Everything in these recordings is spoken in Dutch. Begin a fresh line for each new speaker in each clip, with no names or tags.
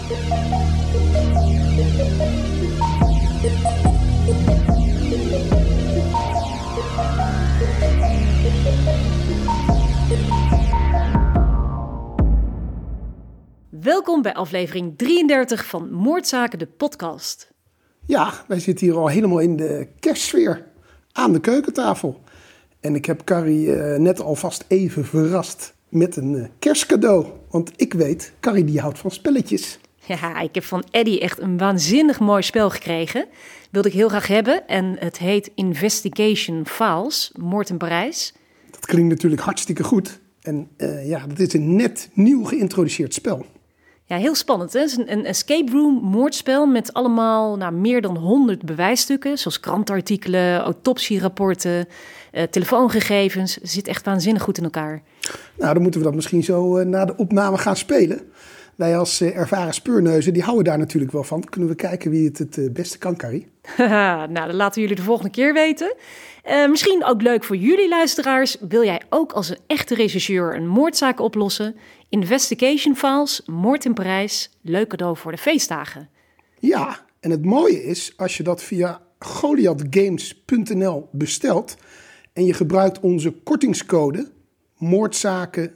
Welkom bij aflevering 33 van Moordzaken, de podcast.
Ja, wij zitten hier al helemaal in de kerstsfeer aan de keukentafel. En ik heb Carrie net alvast even verrast met een kerstcadeau. Want ik weet, Carrie die houdt van spelletjes.
Ja, ik heb van Eddie echt een waanzinnig mooi spel gekregen. Wilde ik heel graag hebben. En het heet Investigation Files, Moord in Parijs.
Dat klinkt natuurlijk hartstikke goed. En dat is een net nieuw geïntroduceerd spel.
Ja, heel spannend. Hè? Het is een escape room moordspel met allemaal meer dan 100 bewijsstukken. Zoals krantenartikelen, autopsierapporten, telefoongegevens. Het zit echt waanzinnig goed in elkaar.
Nou, dan moeten we dat misschien zo na de opname gaan spelen. Wij als ervaren speurneuzen, die houden daar natuurlijk wel van. Kunnen we kijken wie het beste kan, Carrie?
Nou, dat laten jullie de volgende keer weten. Misschien ook leuk voor jullie luisteraars. Wil jij ook als een echte rechercheur een moordzaak oplossen? Investigation Files, Moord in Parijs. Leuk cadeau voor de feestdagen.
Ja, en het mooie is, als je dat via goliathgames.nl bestelt en je gebruikt onze kortingscode Moordzaken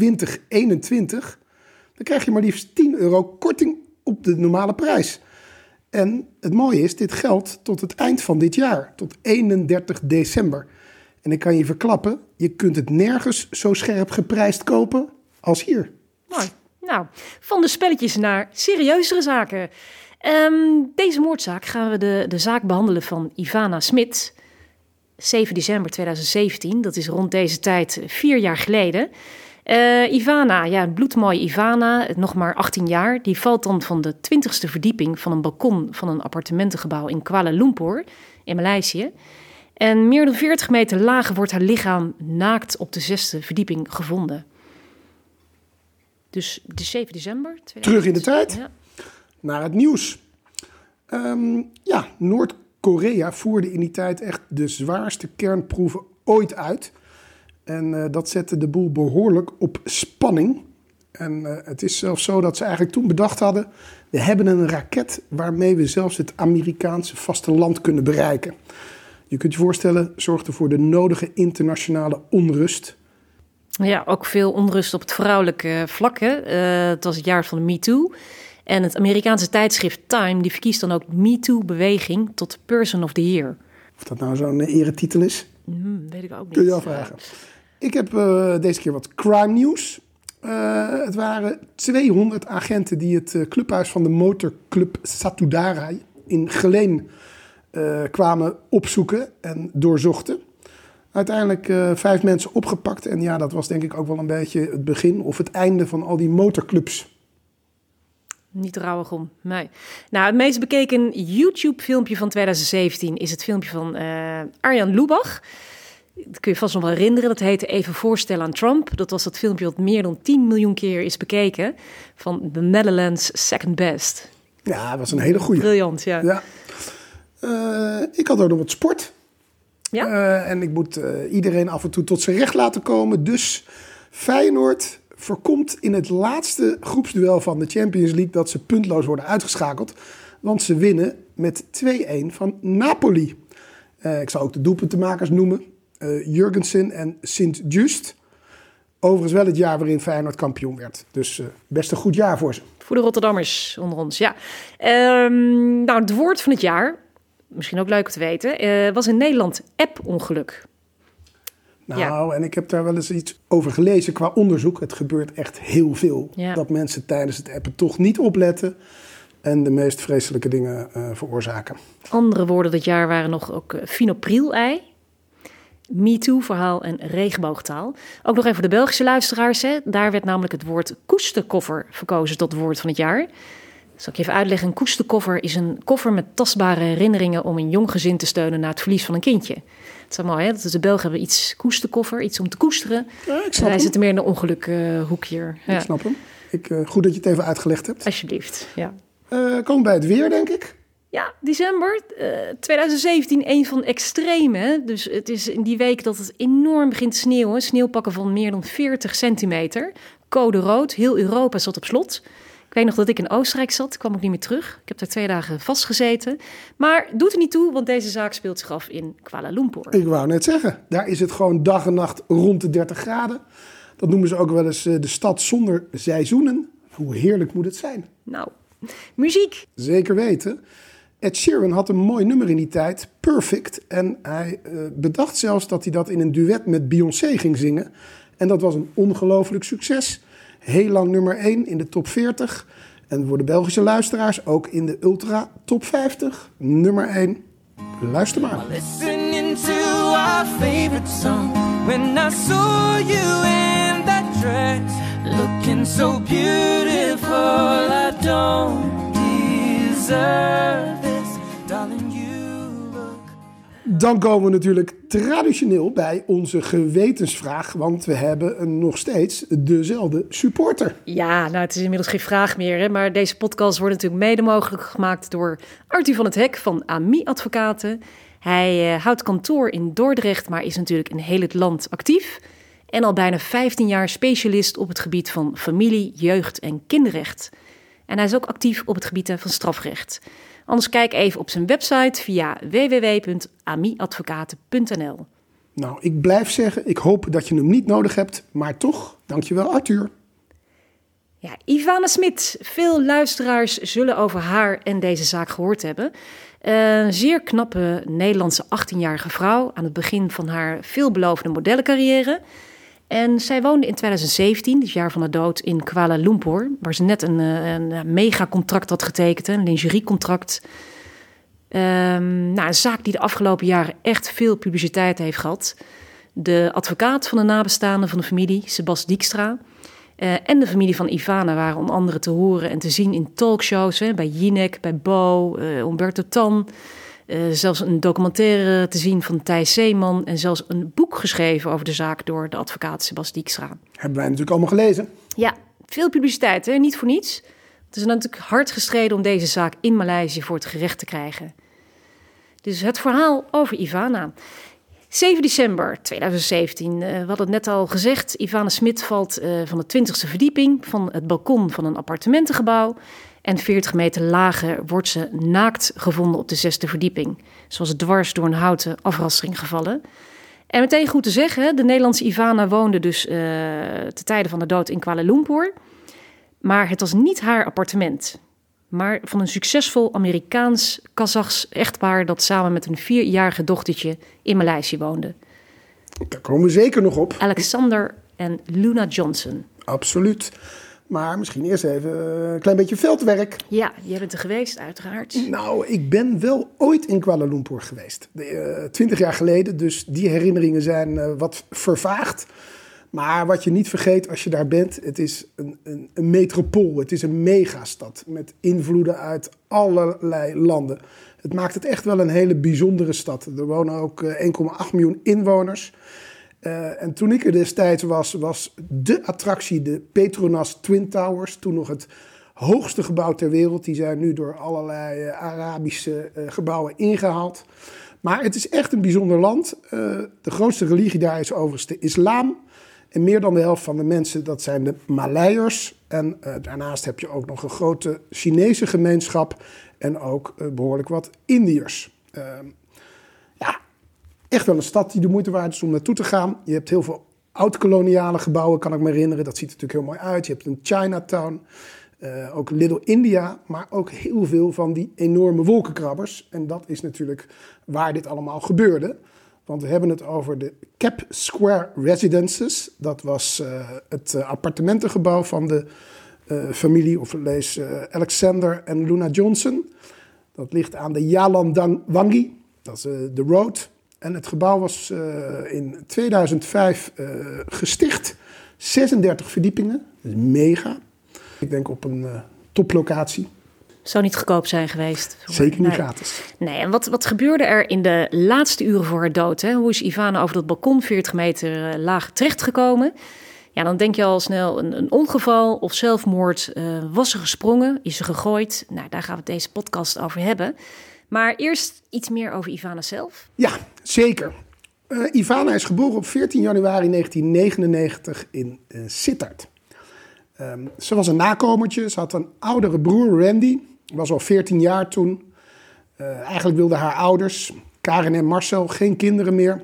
2021, dan krijg je maar liefst €10 korting op de normale prijs. En het mooie is, dit geldt tot het eind van dit jaar, tot 31 december. En ik kan je verklappen, je kunt het nergens zo scherp geprijsd kopen als hier.
Mooi. Nou, van de spelletjes naar serieuzere zaken. Deze moordzaak gaan we de zaak behandelen van Ivana Smit. 7 december 2017, dat is rond deze tijd 4 jaar geleden. Ivana, bloedmooie Ivana, nog maar 18 jaar. Die valt dan van de 20e verdieping van een balkon van een appartementengebouw in Kuala Lumpur in Maleisië. En meer dan 40 meter laag wordt haar lichaam naakt op de 6e verdieping gevonden. Dus de 7 december.
Terug in de tijd, ja. Naar het nieuws. Noord-Korea voerde in die tijd echt de zwaarste kernproeven ooit uit. En dat zette de boel behoorlijk op spanning. En het is zelfs zo dat ze eigenlijk toen bedacht hadden, we hebben een raket waarmee we zelfs het Amerikaanse vasteland kunnen bereiken. Je kunt je voorstellen, zorgde voor de nodige internationale onrust.
Ja, ook veel onrust op het vrouwelijke vlak. Het was het jaar van de MeToo. En het Amerikaanse tijdschrift Time die verkiest dan ook MeToo-beweging tot Person of the Year.
Of dat nou zo'n eretitel is?
Weet ik ook niet.
Kun je afvragen. Ik heb deze keer wat crime nieuws. Het waren 200 agenten die het clubhuis van de motorclub Satudara in Geleen kwamen opzoeken en doorzochten. Uiteindelijk 5 mensen opgepakt. En ja, dat was denk ik ook wel een beetje het begin of het einde van al die motorclubs.
Niet rouwig om, nee. Nou, het meest bekeken YouTube-filmpje van 2017 is het filmpje van Arjan Lubach. Dat kun je vast nog wel herinneren. Dat heette Even voorstellen aan Trump. Dat was dat filmpje dat meer dan 10 miljoen keer is bekeken. Van The Netherlands Second Best.
Ja, dat was een hele goeie.
Briljant, ja.
Ik had ook nog wat sport.
Ja?
En ik moet iedereen af en toe tot zijn recht laten komen. Dus Feyenoord voorkomt in het laatste groepsduel van de Champions League dat ze puntloos worden uitgeschakeld. Want ze winnen met 2-1 van Napoli. Ik zal ook de doelpuntenmakers noemen. Jurgensen en Sint-Just. Overigens wel het jaar waarin Feyenoord kampioen werd. Dus best een goed jaar voor ze.
Voor de Rotterdammers onder ons, ja. Het woord van het jaar, misschien ook leuk om te weten, was in Nederland app-ongeluk.
Nou, en ik heb daar wel eens iets over gelezen qua onderzoek. Het gebeurt echt heel veel.
Ja.
Dat mensen tijdens het appen toch niet opletten en de meest vreselijke dingen veroorzaken.
Andere woorden dit jaar waren nog ook finopriel-ei, MeToo-verhaal en regenboogtaal. Ook nog even voor de Belgische luisteraars. Daar werd namelijk het woord koesterkoffer verkozen tot woord van het jaar. Zal ik je even uitleggen. Een koesterkoffer is een koffer met tastbare herinneringen om een jong gezin te steunen na het verlies van een kindje. Het is mooi, hè? Dat de Belgen hebben iets koesterkoffer, iets om te koesteren.
Ja, ik snap
Wij zitten meer in de ongelukhoek hier.
Ik snap hem. Goed dat je het even uitgelegd hebt.
Alsjeblieft, ja.
Komen we bij het weer, denk ik.
Ja, december 2017, een van extreme. Dus het is in die week dat het enorm begint te sneeuwen. Sneeuwpakken van meer dan 40 centimeter. Code rood, heel Europa zat op slot. Ik weet nog dat ik in Oostenrijk zat, kwam ik niet meer terug. Ik heb daar 2 dagen vastgezeten. Maar doet er niet toe, want deze zaak speelt zich af in Kuala Lumpur.
Ik wou net zeggen, daar is het gewoon dag en nacht rond de 30 graden. Dat noemen ze ook wel eens de stad zonder seizoenen. Hoe heerlijk moet het zijn?
Nou, muziek.
Zeker weten. Ed Sheeran had een mooi nummer in die tijd, Perfect. En hij bedacht zelfs dat hij dat in een duet met Beyoncé ging zingen. En dat was een ongelooflijk succes. Heel lang nummer 1 in de top 40. En voor de Belgische luisteraars ook in de Ultra top 50. Nummer 1. Luister maar.
Listening to our favorite song. When I saw you in that dress, looking so beautiful, I don't deserve this, darling.
Dan komen we natuurlijk traditioneel bij onze gewetensvraag, want we hebben nog steeds dezelfde supporter.
Ja, nou het is inmiddels geen vraag meer, hè, maar deze podcast wordt natuurlijk mede mogelijk gemaakt door Arthur van het Hek van AMI Advocaten. Hij houdt kantoor in Dordrecht, maar is natuurlijk in heel het land actief. En al bijna 15 jaar specialist op het gebied van familie, jeugd en kinderrecht. En hij is ook actief op het gebied van strafrecht. Anders kijk even op zijn website via www.amiadvocaten.nl.
Nou, ik blijf zeggen, ik hoop dat je hem niet nodig hebt, maar toch, dankjewel Arthur.
Ja, Ivana Smit. Veel luisteraars zullen over haar en deze zaak gehoord hebben. Een zeer knappe Nederlandse 18-jarige vrouw aan het begin van haar veelbelovende modellencarrière. En zij woonde in 2017, het jaar van haar dood, in Kuala Lumpur, waar ze net een megacontract had getekend, een lingeriecontract. Een zaak die de afgelopen jaren echt veel publiciteit heeft gehad. De advocaat van de nabestaanden van de familie, Sebas Dijkstra, en de familie van Ivana waren onder andere te horen en te zien in talkshows, bij Jinek, bij Bo, Umberto Tan. Zelfs een documentaire te zien van Thijs Zeeman en zelfs een boek geschreven over de zaak door de advocaat Sebas Dijkstra.
Hebben wij natuurlijk allemaal gelezen.
Ja, veel publiciteit, hè? Niet voor niets. Het is natuurlijk hard gestreden om deze zaak in Maleisië voor het gerecht te krijgen. Dus het verhaal over Ivana. 7 december 2017, we hadden het net al gezegd. Ivana Smit valt van de 20e verdieping van het balkon van een appartementengebouw. En 40 meter lager wordt ze naakt gevonden op de 6e verdieping. Ze was dwars door een houten afrastering gevallen. En meteen goed te zeggen, de Nederlandse Ivana woonde dus te tijde van de dood in Kuala Lumpur. Maar het was niet haar appartement. Maar van een succesvol Amerikaans-Kazachs echtpaar dat samen met een 4-jarige dochtertje in Maleisië woonde.
Daar komen we zeker nog op.
Alexander en Luna Johnson.
Absoluut. Maar misschien eerst even een klein beetje veldwerk.
Ja, jij bent er geweest, uiteraard.
Nou, ik ben wel ooit in Kuala Lumpur geweest. 20 jaar geleden, dus die herinneringen zijn wat vervaagd. Maar wat je niet vergeet als je daar bent, het is een metropool. Het is een megastad met invloeden uit allerlei landen. Het maakt het echt wel een hele bijzondere stad. Er wonen ook 1,8 miljoen inwoners. En toen ik er destijds was de attractie de Petronas Twin Towers. Toen nog het hoogste gebouw ter wereld. Die zijn nu door allerlei Arabische gebouwen ingehaald. Maar het is echt een bijzonder land. De grootste religie daar is overigens de islam. En meer dan de helft van de mensen, dat zijn de Maleiërs. En daarnaast heb je ook nog een grote Chinese gemeenschap. En ook behoorlijk wat Indiërs. Echt wel een stad die de moeite waard is om naartoe te gaan. Je hebt heel veel oud-koloniale gebouwen, kan ik me herinneren. Dat ziet er natuurlijk heel mooi uit. Je hebt een Chinatown, ook Little India, maar ook heel veel van die enorme wolkenkrabbers. En dat is natuurlijk waar dit allemaal gebeurde. Want we hebben het over de Cap Square Residences. Dat was het appartementengebouw van de familie, of lees Alexander en Luna Johnson. Dat ligt aan de Jalan Wangi, dat is de road. En het gebouw was in 2005 gesticht. 36 verdiepingen, dat is mega. Ik denk op een toplocatie.
Zou niet goedkoop zijn geweest.
Zeker niet gratis.
Nee, en wat gebeurde er in de laatste uren voor haar dood? Hè? Hoe is Ivana over dat balkon 40 meter laag terechtgekomen? Ja, dan denk je al snel een ongeval of zelfmoord. Was ze gesprongen? Is ze gegooid? Nou, daar gaan we deze podcast over hebben. Maar eerst iets meer over Ivana zelf.
Ja, zeker. Ivana is geboren op 14 januari 1999 in Sittard. Ze was een nakomertje. Ze had een oudere broer, Randy. Was al 14 jaar toen. Eigenlijk wilden haar ouders, Karin en Marcel, geen kinderen meer.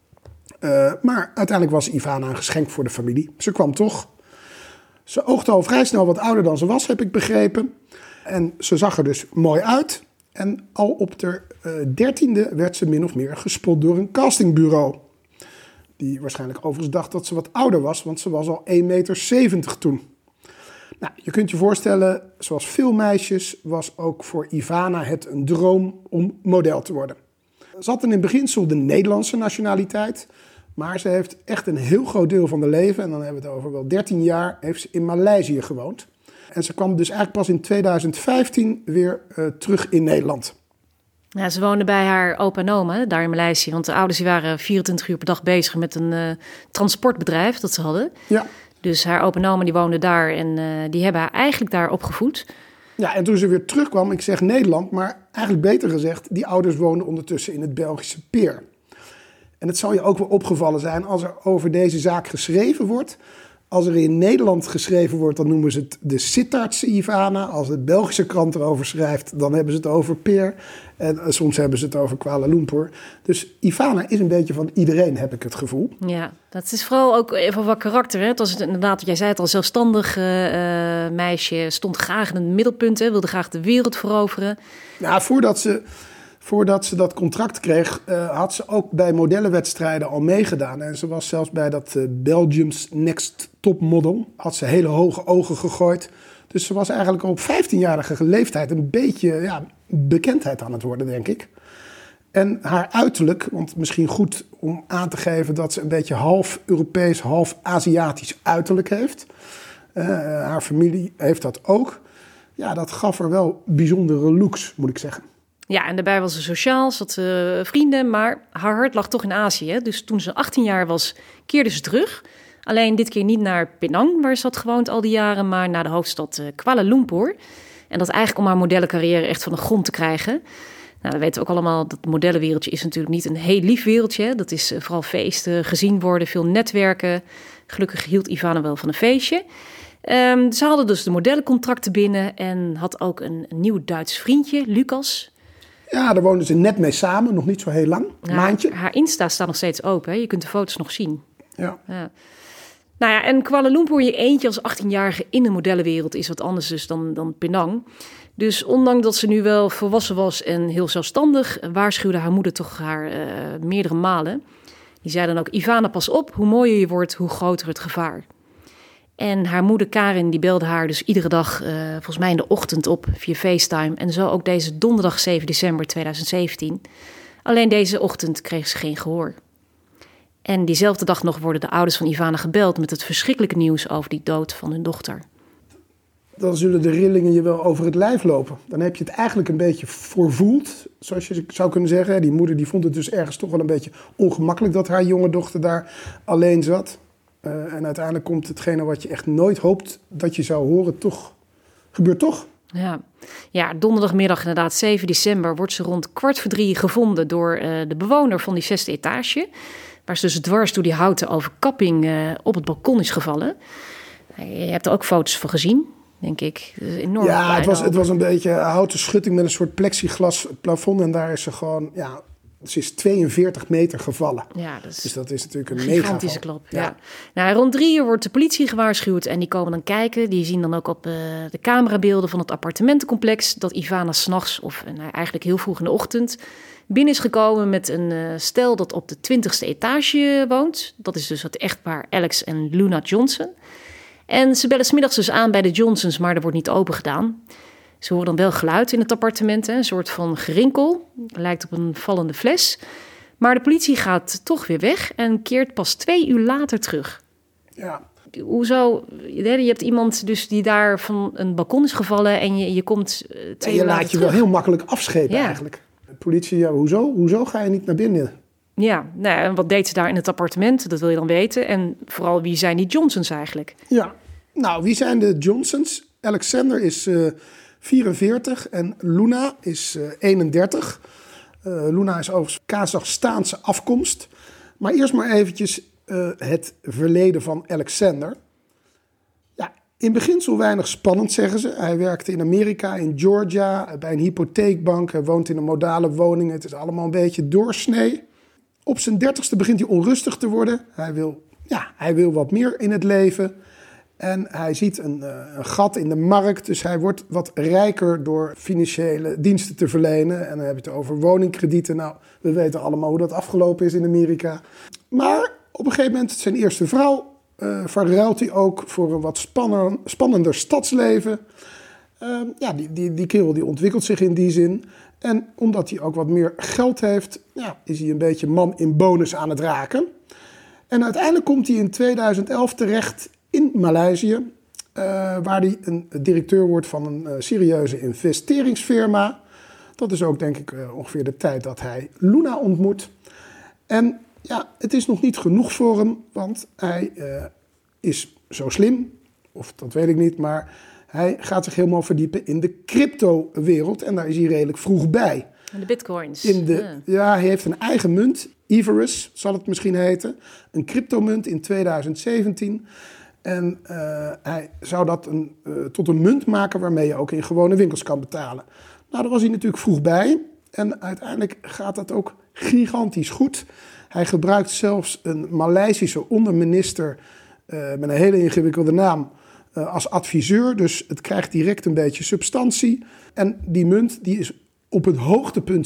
Maar uiteindelijk was Ivana een geschenk voor de familie. Ze kwam toch. Ze oogde al vrij snel wat ouder dan ze was, heb ik begrepen. En ze zag er dus mooi uit. En al op de 13e werd ze min of meer gespot door een castingbureau. Die waarschijnlijk overigens dacht dat ze wat ouder was, want ze was al 1,70 meter toen. Nou, je kunt je voorstellen, zoals veel meisjes, was ook voor Ivana het een droom om model te worden. Ze had in het beginsel de Nederlandse nationaliteit, maar ze heeft echt een heel groot deel van haar leven, en dan hebben we het over wel 13 jaar, heeft ze in Maleisië gewoond. En ze kwam dus eigenlijk pas in 2015 weer terug in Nederland.
Ja, ze woonde bij haar opa en oma, daar in Maleisië. Want de ouders die waren 24 uur per dag bezig met een transportbedrijf dat ze hadden.
Ja.
Dus haar opa en oma die woonden daar en die hebben haar eigenlijk daar opgevoed.
Ja, en toen ze weer terugkwam, ik zeg Nederland, maar eigenlijk beter gezegd, die ouders woonden ondertussen in het Belgische Peer. En het zal je ook wel opgevallen zijn als er over deze zaak geschreven wordt. Als er in Nederland geschreven wordt, dan noemen ze het de Sittardse Ivana. Als de Belgische krant erover schrijft, dan hebben ze het over Peer. En soms hebben ze het over Kuala Lumpur. Dus Ivana is een beetje van iedereen, heb ik het gevoel.
Ja, dat is vooral ook even wat karakter. Hè? Het was inderdaad, jij zei het al, zelfstandig meisje. Stond graag in het middelpunt, hè? Wilde graag de wereld veroveren.
Ja, voordat ze dat contract kreeg, had ze ook bij modellenwedstrijden al meegedaan. En ze was zelfs bij dat Belgium's Next Top Model. Had ze hele hoge ogen gegooid. Dus ze was eigenlijk al op 15-jarige leeftijd een beetje bekendheid aan het worden, denk ik. En haar uiterlijk, want misschien goed om aan te geven dat ze een beetje half Europees, half Aziatisch uiterlijk heeft. Haar familie heeft dat ook. Ja, dat gaf haar wel bijzondere looks, moet ik zeggen.
Ja, en daarbij was ze sociaal, ze had vrienden, maar haar hart lag toch in Azië. Dus toen ze 18 jaar was, keerde ze terug. Alleen dit keer niet naar Penang, waar ze had gewoond al die jaren, maar naar de hoofdstad Kuala Lumpur. En dat eigenlijk om haar modellencarrière echt van de grond te krijgen. Nou, we weten ook allemaal dat het modellenwereldje is natuurlijk niet een heel lief wereldje. Dat is vooral feesten, gezien worden, veel netwerken. Gelukkig hield Ivana wel van een feestje. Ze hadden dus de modellencontracten binnen en had ook een nieuw Duits vriendje, Lucas.
Ja, daar woonden ze net mee samen, nog niet zo heel lang, een maandje.
Haar Insta staat nog steeds open, hè? Je kunt de foto's nog zien.
Ja.
Nou ja, en Kuala Lumpur, je eentje als 18-jarige in de modellenwereld is wat anders dus dan Penang. Dus ondanks dat ze nu wel volwassen was en heel zelfstandig, waarschuwde haar moeder toch haar meerdere malen. Die zei dan ook, Ivana, pas op, hoe mooier je wordt, hoe groter het gevaar. En haar moeder Karin die belde haar dus iedere dag, volgens mij in de ochtend op via FaceTime. En zo ook deze donderdag 7 december 2017. Alleen deze ochtend kreeg ze geen gehoor. En diezelfde dag nog worden de ouders van Ivana gebeld met het verschrikkelijke nieuws over die dood van hun dochter.
Dan zullen de rillingen je wel over het lijf lopen. Dan heb je het eigenlijk een beetje voorvoeld, zoals je zou kunnen zeggen. Die moeder die vond het dus ergens toch wel een beetje ongemakkelijk dat haar jonge dochter daar alleen zat. En uiteindelijk komt hetgene wat je echt nooit hoopt dat je zou horen, gebeurt toch.
Ja, donderdagmiddag inderdaad, 7 december, wordt ze rond 2:15 gevonden door de bewoner van die 6e etage. Waar ze dus dwars door die houten overkapping op het balkon is gevallen. Je hebt er ook foto's van gezien, denk ik. Enorm.
Ja, het was een beetje houten schutting met een soort plexiglas plafond. En daar is ze gewoon, ze is 42 meter gevallen. Ja, dus dat is natuurlijk een
gigantische klap. Ja. Nou, rond 3 uur wordt de politie gewaarschuwd en die komen dan kijken. Die zien dan ook op de camerabeelden van het appartementencomplex dat Ivana 's nachts of eigenlijk heel vroeg in de ochtend binnen is gekomen met een stel dat op de 20e etage woont. Dat is dus het echtpaar Alex en Luna Johnson. En ze bellen 's middags dus aan bij de Johnsons, maar er wordt niet open gedaan. Ze horen dan wel geluid in het appartement, een soort van gerinkel. Lijkt op een vallende fles. Maar de politie gaat toch weer weg en keert pas 2 uur later terug.
Ja.
Hoezo? Je hebt iemand dus die daar van een balkon is gevallen en je komt 2 uur later terug.
Je laat je wel heel makkelijk afschepen eigenlijk. De politie, hoezo ga je niet naar binnen?
Ja, en wat deed ze daar in het appartement? Dat wil je dan weten. En vooral, wie zijn die Johnsons eigenlijk?
Ja, wie zijn de Johnsons? Alexander is 44 en Luna is 31. Luna is overigens Kazachstaanse afkomst. Maar eerst maar eventjes het verleden van Alexander. Ja, In beginsel weinig spannend, zeggen ze. Hij werkte in Amerika, in Georgia, bij een hypotheekbank. Hij woont in een modale woning. Het is allemaal een beetje doorsnee. Op zijn 30ste begint hij onrustig te worden. Hij wil wat meer in het leven. En hij ziet een gat in de markt. Dus hij wordt wat rijker door financiële diensten te verlenen. En dan heb je het over woningkredieten. Nou, we weten allemaal hoe dat afgelopen is in Amerika. Maar op een gegeven moment, zijn eerste vrouw, verruilt hij ook voor een wat spannender stadsleven. Die kerel die ontwikkelt zich in die zin. En omdat hij ook wat meer geld heeft, is hij een beetje man in bonus aan het raken. En uiteindelijk komt hij in 2011 terecht in Maleisië, waar hij een directeur wordt van een serieuze investeringsfirma. Dat is ook denk ik ongeveer de tijd dat hij Luna ontmoet. En het is nog niet genoeg voor hem, want hij is zo slim, of dat weet ik niet, maar hij gaat zich helemaal verdiepen in de crypto-wereld en daar is hij redelijk vroeg bij.
En de bitcoins.
Hij heeft een eigen munt, Everus zal het misschien heten, een cryptomunt in 2017. En hij zou dat tot een munt maken waarmee je ook in gewone winkels kan betalen. Nou, daar was hij natuurlijk vroeg bij en uiteindelijk gaat dat ook gigantisch goed. Hij gebruikt zelfs een Maleisische onderminister met een hele ingewikkelde naam als adviseur. Dus het krijgt direct een beetje substantie. En die munt die is op het hoogtepunt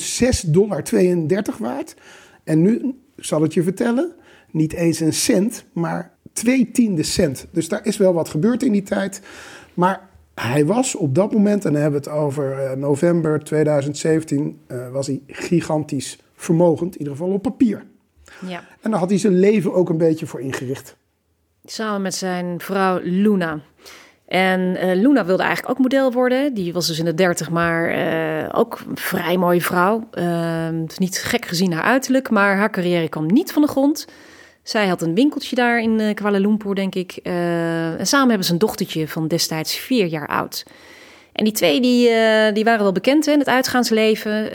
$6,32 waard. En nu, ik zal het je vertellen, niet eens een cent, maar 0,2 cent. Dus daar is wel wat gebeurd in die tijd. Maar hij was op dat moment, en dan hebben we het over november 2017, was hij gigantisch vermogend, in ieder geval op papier.
Ja.
En daar had hij zijn leven ook een beetje voor ingericht.
Samen met zijn vrouw Luna. En Luna wilde eigenlijk ook model worden. Die was dus in de 30, maar ook een vrij mooie vrouw. Niet gek gezien haar uiterlijk, maar haar carrière kwam niet van de grond. Zij had een winkeltje daar in Kuala Lumpur, denk ik. En samen hebben ze een dochtertje van destijds 4 jaar oud. En die twee die waren wel bekend in het uitgaansleven.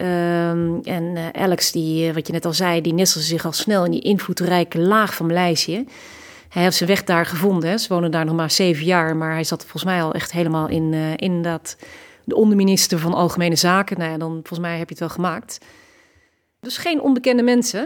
En Alex, wat je net al zei, die nestelde zich al snel in die invloedrijke laag van Maleisië. Hij heeft zijn weg daar gevonden. Hè. Ze wonen daar nog maar 7 jaar, maar hij zat volgens mij al echt helemaal in de onderminister van Algemene Zaken. Nou ja, dan volgens mij heb je het wel gemaakt. Dus geen onbekende mensen.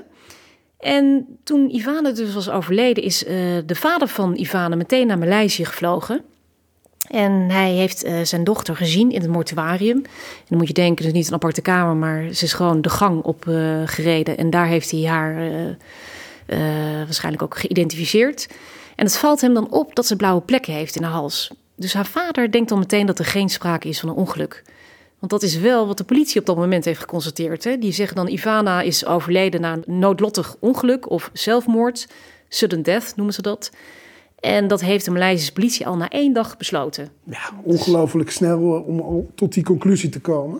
En toen Ivana dus was overleden, is de vader van Ivana meteen naar Maleisië gevlogen. En hij heeft zijn dochter gezien in het mortuarium. En dan moet je denken, dus niet een aparte kamer, maar ze is gewoon de gang op gereden. En daar heeft hij haar waarschijnlijk ook geïdentificeerd. En het valt hem dan op dat ze blauwe plekken heeft in haar hals. Dus haar vader denkt dan meteen dat er geen sprake is van een ongeluk. Want dat is wel wat de politie op dat moment heeft geconstateerd. Hè? Die zeggen dan Ivana is overleden na een noodlottig ongeluk of zelfmoord. Sudden death noemen ze dat. En dat heeft de Maleisische politie al na 1 dag besloten.
Ja, ongelooflijk snel om al tot die conclusie te komen.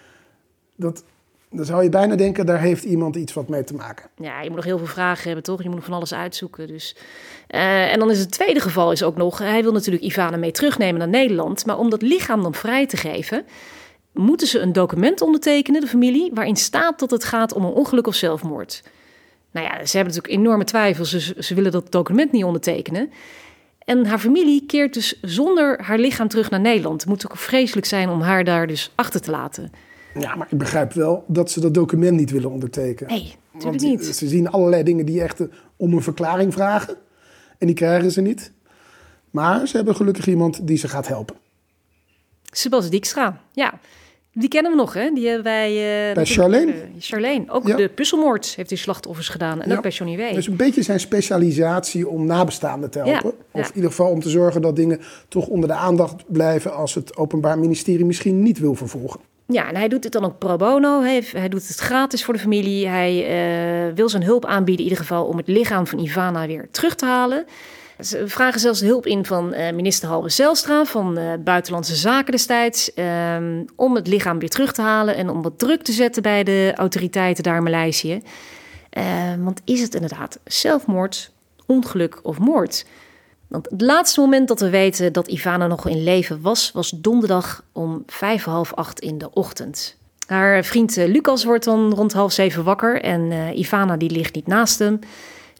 Dan zou je bijna denken, daar heeft iemand iets wat mee te maken.
Ja, je moet nog heel veel vragen hebben, toch? Je moet nog van alles uitzoeken. Dus. En dan is het tweede geval is ook nog, hij wil natuurlijk Ivana mee terugnemen naar Nederland. Maar om dat lichaam dan vrij te geven, moeten ze een document ondertekenen, de familie, waarin staat dat het gaat om een ongeluk of zelfmoord. Nou ja, ze hebben natuurlijk enorme twijfels, dus ze willen dat document niet ondertekenen. En haar familie keert dus zonder haar lichaam terug naar Nederland. Het moet ook vreselijk zijn om haar daar dus achter te laten.
Ja, maar ik begrijp wel dat ze dat document niet willen ondertekenen.
Nee, natuurlijk niet.
Ze zien allerlei dingen die echt om een verklaring vragen. En die krijgen ze niet. Maar ze hebben gelukkig iemand die ze gaat helpen.
Sebas Dijkstra, ja. Die kennen we nog, hè? Die hebben wij...
bij Charlene.
Charlene. Ook de puzzelmoord heeft hij slachtoffers gedaan. En ook bij Johnny W.
Dus een beetje zijn specialisatie om nabestaanden te helpen. Ja. Of in ieder geval om te zorgen dat dingen toch onder de aandacht blijven als het Openbaar Ministerie misschien niet wil vervolgen.
Ja, en hij doet het dan ook pro bono. Hij doet het gratis voor de familie. Hij wil zijn hulp aanbieden in ieder geval om het lichaam van Ivana weer terug te halen. Ze vragen zelfs de hulp in van minister Halbe Zijlstra van Buitenlandse Zaken destijds. Om het lichaam weer terug te halen en om wat druk te zetten bij de autoriteiten daar in Maleisië. Want is het inderdaad zelfmoord, ongeluk of moord? Want het laatste moment dat we weten dat Ivana nog in leven was donderdag om 5:30 in de ochtend. Haar vriend Lucas wordt dan rond 6:30 wakker en Ivana die ligt niet naast hem.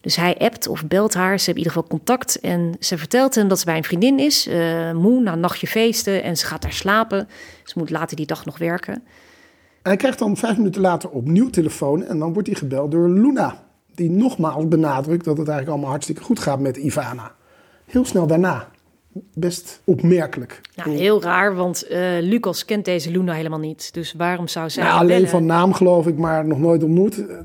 Dus hij appt of belt haar. Ze hebben in ieder geval contact. En ze vertelt hem dat ze bij een vriendin is. Moe, na een nachtje feesten. En ze gaat daar slapen. Ze moet later die dag nog werken.
En hij krijgt dan 5 minuten later opnieuw telefoon. En dan wordt hij gebeld door Luna. Die nogmaals benadrukt dat het eigenlijk allemaal hartstikke goed gaat met Ivana. Heel snel daarna. Best opmerkelijk.
Nou, heel raar, want Lucas kent deze Luna helemaal niet. Dus waarom zou zij
alleen
bellen?
van naam geloof ik, maar nog nooit ontmoet.
Het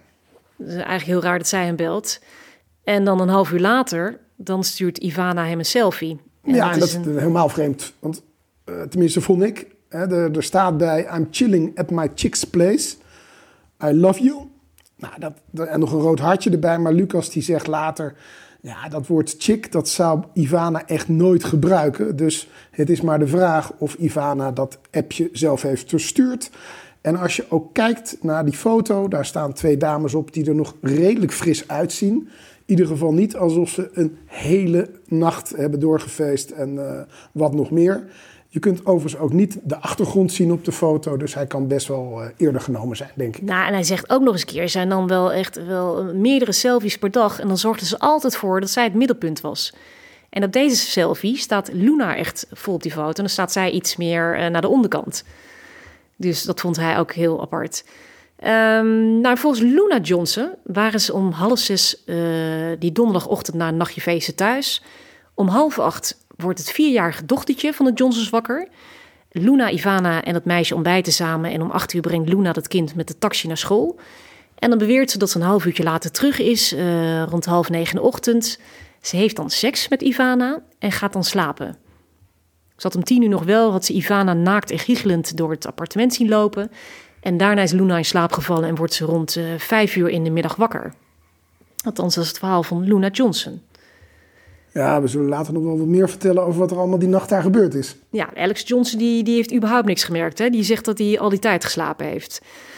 is eigenlijk heel raar dat zij hem belt. En dan een half uur later, dan stuurt Ivana hem een selfie.
En dat is helemaal vreemd. Want tenminste vond ik, er staat bij... I'm chilling at my chick's place. I love you. Nou, en nog een rood hartje erbij. Maar Lucas die zegt later... Ja, dat woord chick, dat zou Ivana echt nooit gebruiken. Dus het is maar de vraag of Ivana dat appje zelf heeft verstuurd. En als je ook kijkt naar die foto, daar staan 2 dames op die er nog redelijk fris uitzien. In ieder geval niet alsof ze een hele nacht hebben doorgefeest en wat nog meer. Je kunt overigens ook niet de achtergrond zien op de foto, dus hij kan best wel eerder genomen zijn, denk ik.
Nou, en hij zegt ook nog eens een keer, er zijn dan wel echt meerdere selfies per dag. En dan zorgden ze altijd voor dat zij het middelpunt was. En op deze selfie staat Luna echt vol op die foto. En dan staat zij iets meer naar de onderkant. Dus dat vond hij ook heel apart. Nou, volgens Luna Johnson waren ze om 7:30 die donderdagochtend na een nachtje feesten thuis. Om 7:30 wordt het 4-jarige dochtertje van de Johnsons wakker. Luna, Ivana en het meisje ontbijten samen. En om 8:00 brengt Luna dat kind met de taxi naar school. En dan beweert ze dat ze een half uurtje later terug is, rond 8:30 in de ochtend. Ze heeft dan seks met Ivana en gaat dan slapen. Ze had om 10:00 nog wel, had ze Ivana naakt en giechelend door het appartement zien lopen. En daarna is Luna in slaap gevallen en wordt ze rond 5:00 in de middag wakker. Althans, dat is het verhaal van Luna Johnson.
Ja, we zullen later nog wel wat meer vertellen over wat er allemaal die nacht daar gebeurd is.
Ja, Alex Johnson die heeft überhaupt niks gemerkt. Hè? Die zegt dat hij al die tijd geslapen heeft.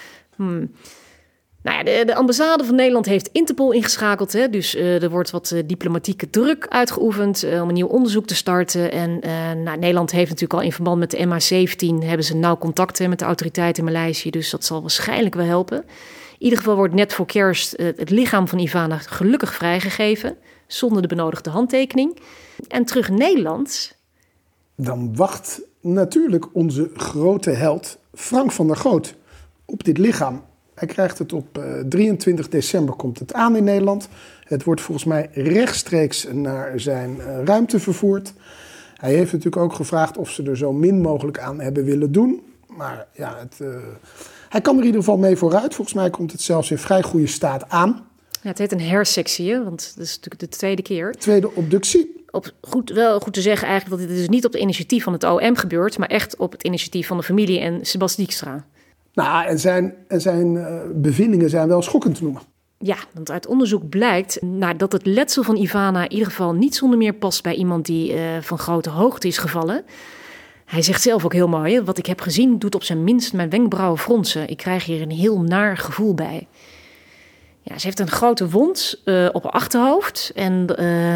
Nou ja, de ambassade van Nederland heeft Interpol ingeschakeld. Hè? Dus er wordt wat diplomatieke druk uitgeoefend om een nieuw onderzoek te starten. En Nederland heeft natuurlijk al in verband met de MH17... hebben ze nauw contact met de autoriteiten in Maleisië. Dus dat zal waarschijnlijk wel helpen. In ieder geval wordt net voor kerst het lichaam van Ivana gelukkig vrijgegeven. Zonder de benodigde handtekening. En terug in Nederland.
Dan wacht natuurlijk onze grote held Frank van der Goot op dit lichaam. Hij krijgt het op 23 december komt het aan in Nederland. Het wordt volgens mij rechtstreeks naar zijn ruimte vervoerd. Hij heeft natuurlijk ook gevraagd of ze er zo min mogelijk aan hebben willen doen. Maar ja, hij kan er in ieder geval mee vooruit. Volgens mij komt het zelfs in vrij goede staat aan.
Ja, het heet een hersectie, hè? Want dat is natuurlijk de tweede keer.
Tweede obductie.
Wel goed te zeggen eigenlijk dat dit dus niet op het initiatief van het OM gebeurt, maar echt op het initiatief van de familie en Sebas Dijkstra.
Nou, en zijn bevindingen zijn wel schokkend te noemen.
Ja, want uit onderzoek blijkt dat het letsel van Ivana in ieder geval niet zonder meer past bij iemand die van grote hoogte is gevallen. Hij zegt zelf ook heel mooi, wat ik heb gezien doet op zijn minst mijn wenkbrauwen fronsen. Ik krijg hier een heel naar gevoel bij. Ja, ze heeft een grote wond op haar achterhoofd. En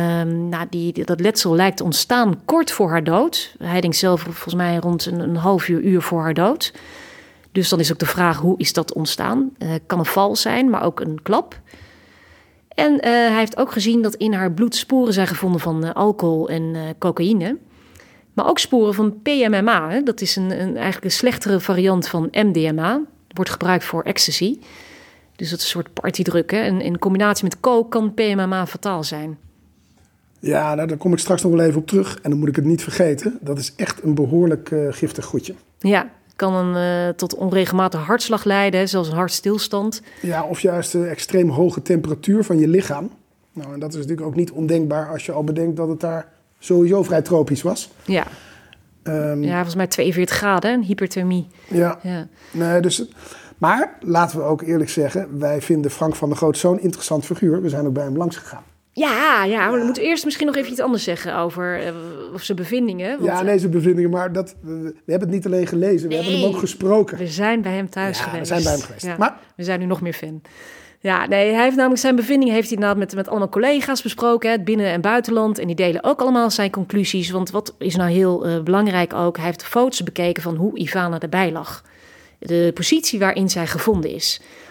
dat letsel lijkt te ontstaan kort voor haar dood. Hij denkt zelf volgens mij rond een half uur voor haar dood. Dus dan is ook de vraag, hoe is dat ontstaan? Kan een val zijn, maar ook een klap. En hij heeft ook gezien dat in haar bloed sporen zijn gevonden van alcohol en cocaïne. Maar ook sporen van PMMA. Hè? Dat is eigenlijk een slechtere variant van MDMA. Wordt gebruikt voor ecstasy. Dus dat is een soort partydruk. Hè? En in combinatie met coke kan PMMA fataal zijn.
Ja, daar kom ik straks nog wel even op terug. En dan moet ik het niet vergeten. Dat is echt een behoorlijk giftig goedje.
Ja, kan tot onregelmatige hartslag leiden. Zelfs een hartstilstand.
Ja, of juist de extreem hoge temperatuur van je lichaam. Nou, en dat is natuurlijk ook niet ondenkbaar als je al bedenkt dat het daar sowieso vrij tropisch was.
Ja. Volgens mij 42 graden, hyperthermie.
Ja. Nee, dus... Maar laten we ook eerlijk zeggen, wij vinden Frank van der Goot zo'n interessant figuur. We zijn ook bij hem langs gegaan.
Ja, maar we moeten eerst misschien nog even iets anders zeggen over zijn bevindingen. Want,
zijn bevindingen, maar we hebben het niet alleen gelezen, we hebben hem ook gesproken.
We zijn bij hem thuis geweest.
We zijn bij hem geweest.
Ja,
maar
we zijn nu nog meer fan. Ja, nee, hij heeft namelijk zijn bevindingen heeft hij inderdaad met allemaal collega's besproken, het binnen- en buitenland. En die delen ook allemaal zijn conclusies. Want wat is nou heel belangrijk ook, hij heeft de foto's bekeken van hoe Ivana erbij lag. De positie waarin zij gevonden is.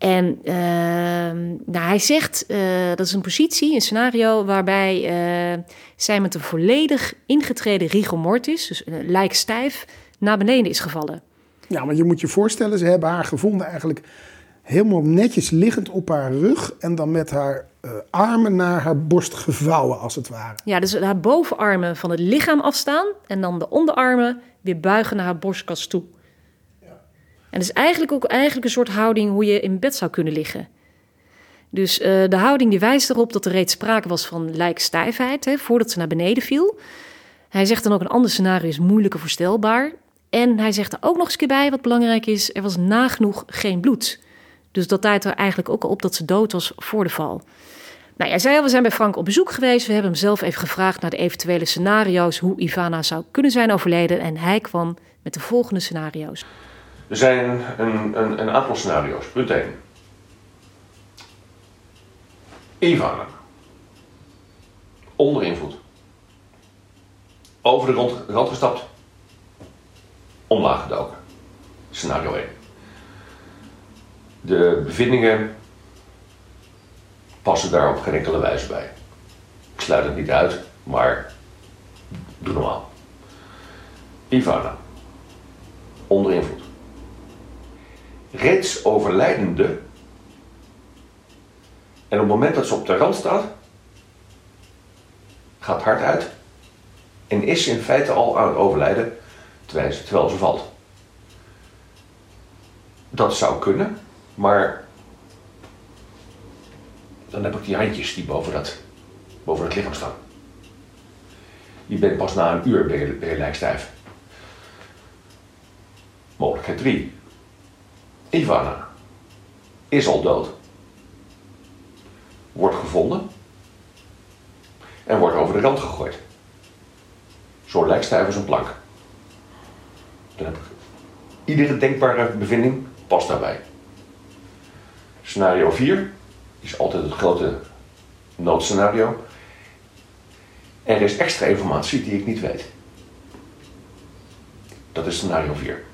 En hij zegt, dat is een positie, een scenario waarbij zij met een volledig ingetreden rigor mortis, dus lijkstijf, naar beneden is gevallen.
Ja, maar je moet je voorstellen, ze hebben haar gevonden eigenlijk helemaal netjes liggend op haar rug en dan met haar armen naar haar borst gevouwen, als het ware.
Ja, dus haar bovenarmen van het lichaam afstaan en dan de onderarmen weer buigen naar haar borstkas toe. En dat is eigenlijk een soort houding hoe je in bed zou kunnen liggen. Dus de houding die wijst erop dat er reeds sprake was van lijkstijfheid, voordat ze naar beneden viel. Hij zegt dan ook een ander scenario is moeilijker voorstelbaar. En hij zegt er ook nog eens een keer bij, wat belangrijk is, er was nagenoeg geen bloed. Dus dat duidt er eigenlijk ook al op dat ze dood was voor de val. Nou, jij zei al, we zijn bij Frank op bezoek geweest. We hebben hem zelf even gevraagd naar de eventuele scenario's, hoe Ivana zou kunnen zijn overleden. En hij kwam met de volgende scenario's.
Er zijn een aantal scenario's. Punt 1. Ivana. Onder invloed. Over de rand gestapt. Omlaag gedoken. Scenario 1. De bevindingen passen daar op geen enkele wijze bij. Ik sluit het niet uit, maar doe normaal. Ivana. Onder invloed. Reeds overlijdende. En op het moment dat ze op de rand staat, gaat het hart uit en is in feite al aan het overlijden terwijl ze valt. Dat zou kunnen, maar dan heb ik die handjes die boven het lichaam staan. Je bent pas na een uur ben je lijkstijf. Mogelijkheid 3. Ivana is al dood. Wordt gevonden en wordt over de rand gegooid. Zo lijkstijf als een plank. Dan heb ik iedere denkbare bevinding past daarbij. Scenario 4 is altijd het grote noodscenario. Er is extra informatie die ik niet weet. Dat is scenario 4.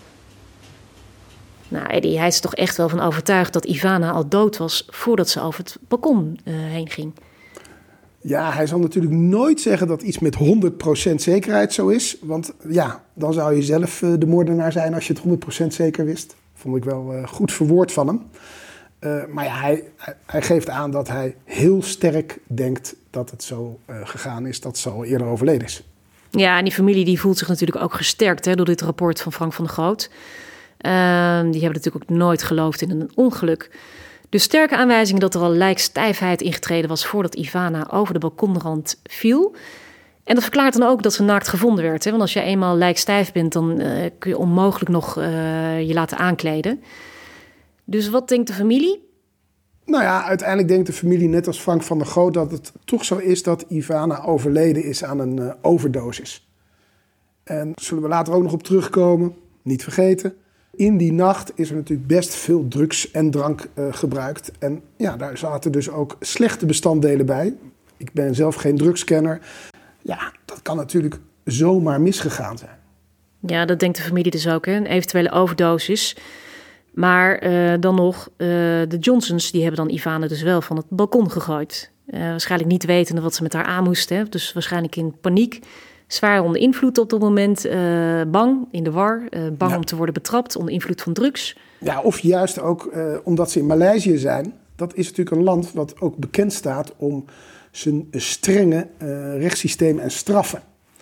Nou, Eddie, hij is toch echt wel van overtuigd dat Ivana al dood was voordat ze over het balkon heen ging.
Ja, hij zal natuurlijk nooit zeggen dat iets met 100% zekerheid zo is. Want ja, dan zou je zelf de moordenaar zijn als je het 100% zeker wist. Vond ik wel goed verwoord van hem. Maar ja, hij geeft aan dat hij heel sterk denkt dat het zo gegaan is, dat ze al eerder overleden is.
Ja, en die familie die voelt zich natuurlijk ook gesterkt door dit rapport van Frank van der Goot. Die hebben natuurlijk ook nooit geloofd in een ongeluk. Dus sterke aanwijzingen dat er al lijkstijfheid ingetreden was voordat Ivana over de balkonrand viel. En dat verklaart dan ook dat ze naakt gevonden werd. Want als je eenmaal lijkstijf bent, dan kun je onmogelijk nog je laten aankleden. Dus wat denkt de familie?
Nou ja, uiteindelijk denkt de familie net als Frank van der Goot dat het toch zo is dat Ivana overleden is aan een overdosis. En daar zullen we later ook nog op terugkomen. Niet vergeten. In die nacht is er natuurlijk best veel drugs en drank gebruikt. En ja, daar zaten dus ook slechte bestanddelen bij. Ik ben zelf geen drugskenner. Ja, dat kan natuurlijk zomaar misgegaan zijn.
Ja, dat denkt de familie dus ook, een eventuele overdosis. Maar dan nog, de Johnsons die hebben dan Ivana dus wel van het balkon gegooid. Waarschijnlijk niet wetende wat ze met haar aan moesten. Dus waarschijnlijk in paniek. Zwaar onder invloed op dat moment, bang, in de war, bang om te worden betrapt, onder invloed van drugs. Ja,
of juist ook omdat ze in Maleisië zijn. Dat is natuurlijk een land wat ook bekend staat om zijn strenge rechtssysteem en straffen.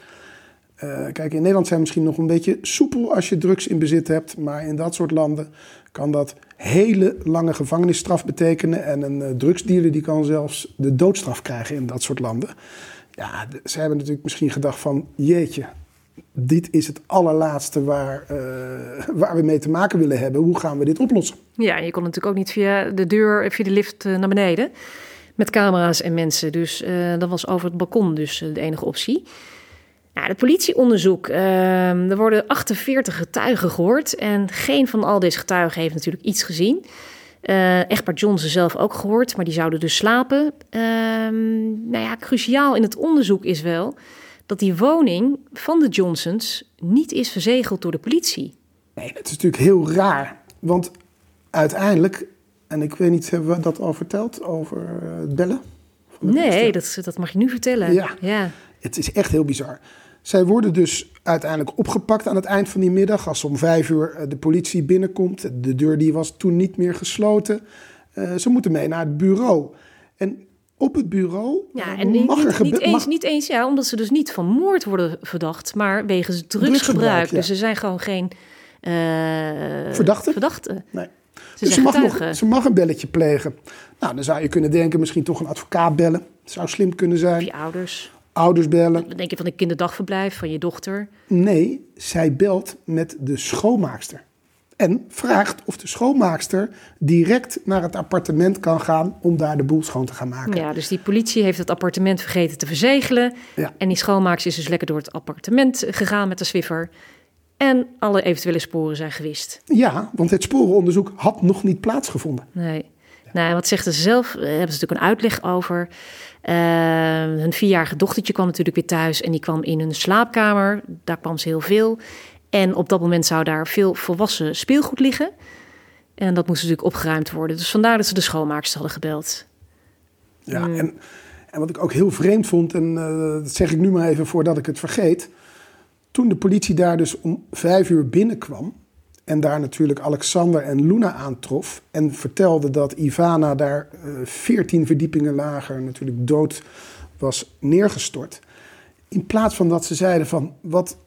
Kijk, in Nederland zijn we misschien nog een beetje soepel als je drugs in bezit hebt. Maar in dat soort landen kan dat hele lange gevangenisstraf betekenen. En een drugsdealer die kan zelfs de doodstraf krijgen in dat soort landen. Ja, ze hebben natuurlijk misschien gedacht van, jeetje, dit is het allerlaatste waar we mee te maken willen hebben. Hoe gaan we dit oplossen?
Ja, je kon natuurlijk ook niet via de deur, via de lift naar beneden met camera's en mensen. Dus dat was over het balkon dus de enige optie. Nou, het politieonderzoek, er worden 48 getuigen gehoord en geen van al deze getuigen heeft natuurlijk iets gezien. Echtpaar Johnson zelf ook gehoord, maar die zouden dus slapen. Cruciaal in het onderzoek is wel dat die woning van de Johnsons niet is verzegeld door de politie.
Nee, dat is natuurlijk heel raar. Want uiteindelijk En ik weet niet, hebben we dat al verteld over het bellen?
Nee, dat mag je nu vertellen.
Ja. Het is echt heel bizar. Zij worden dus uiteindelijk opgepakt aan het eind van die middag. Als om 5 uur de politie binnenkomt. De deur die was toen niet meer gesloten. Ze moeten mee naar het bureau. En op het bureau
niet eens, omdat ze dus niet van moord worden verdacht, maar wegens drugsgebruik. Dus ze zijn gewoon geen verdachte.
Nee.
Dus
ze mag een belletje plegen. Nou, dan zou je kunnen denken, misschien toch een advocaat bellen. Dat zou slim kunnen zijn.
Of je ouders.
Ouders bellen.
Wat denk je van een kinderdagverblijf van je dochter?
Nee, zij belt met de schoonmaakster. En vraagt of de schoonmaakster direct naar het appartement kan gaan om daar de boel schoon te gaan maken.
Ja, dus die politie heeft het appartement vergeten te verzegelen.
Ja.
En die schoonmaakster is dus lekker door het appartement gegaan met de Swiffer. En alle eventuele sporen zijn gewist.
Ja, want het sporenonderzoek had nog niet plaatsgevonden.
Nee. Nou, wat zegt ze zelf? Daar hebben ze natuurlijk een uitleg over. Hun 4-jarige dochtertje kwam natuurlijk weer thuis en die kwam in hun slaapkamer. Daar kwam ze heel veel. En op dat moment zou daar veel volwassen speelgoed liggen. En dat moest natuurlijk opgeruimd worden. Dus vandaar dat ze de schoonmaakster hadden gebeld.
Ja, en wat ik ook heel vreemd vond, en dat zeg ik nu maar even voordat ik het vergeet. Toen de politie daar dus om 5 uur binnenkwam en daar natuurlijk Alexander en Luna aantrof en vertelde dat Ivana daar 14 verdiepingen lager natuurlijk dood was neergestort. In plaats van dat ze zeiden van, wat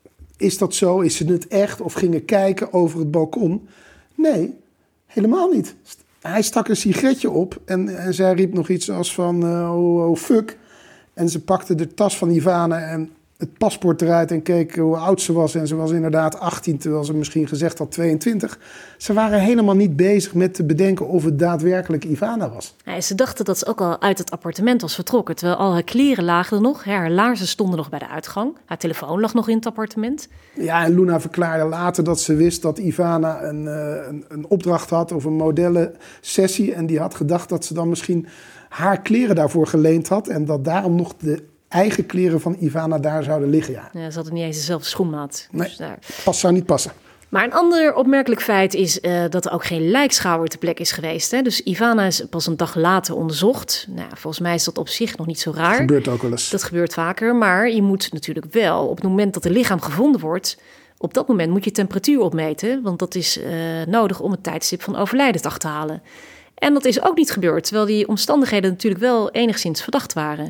is dat zo? Is ze het echt? Of gingen kijken over het balkon? Nee, helemaal niet. Hij stak een sigaretje op en zij riep nog iets als van, oh fuck. En ze pakte de tas van Ivana en het paspoort eruit en keek hoe oud ze was. En ze was inderdaad 18, terwijl ze misschien gezegd had 22. Ze waren helemaal niet bezig met te bedenken of het daadwerkelijk Ivana was.
Ja, ze dachten dat ze ook al uit het appartement was vertrokken. Terwijl al haar kleren lagen er nog. Haar laarzen stonden nog bij de uitgang. Haar telefoon lag nog in het appartement.
Ja, en Luna verklaarde later dat ze wist dat Ivana een opdracht had of een modellensessie. En die had gedacht dat ze dan misschien haar kleren daarvoor geleend had. En dat daarom nog de eigen kleren van Ivana daar zouden liggen.
Ja, ze hadden niet eens dezelfde schoenmaat.
Nee,
dus daar.
Zou niet passen.
Maar een ander opmerkelijk feit is dat er ook geen lijkschouwer ter plekke is geweest. Hè? Dus Ivana is pas een dag later onderzocht. Nou, volgens mij is dat op zich nog niet zo raar.
Dat gebeurt ook wel eens.
Dat gebeurt vaker, maar je moet natuurlijk wel op het moment dat het lichaam gevonden wordt, op dat moment moet je temperatuur opmeten, want dat is nodig om het tijdstip van overlijden te achterhalen. En dat is ook niet gebeurd, terwijl die omstandigheden natuurlijk wel enigszins verdacht waren.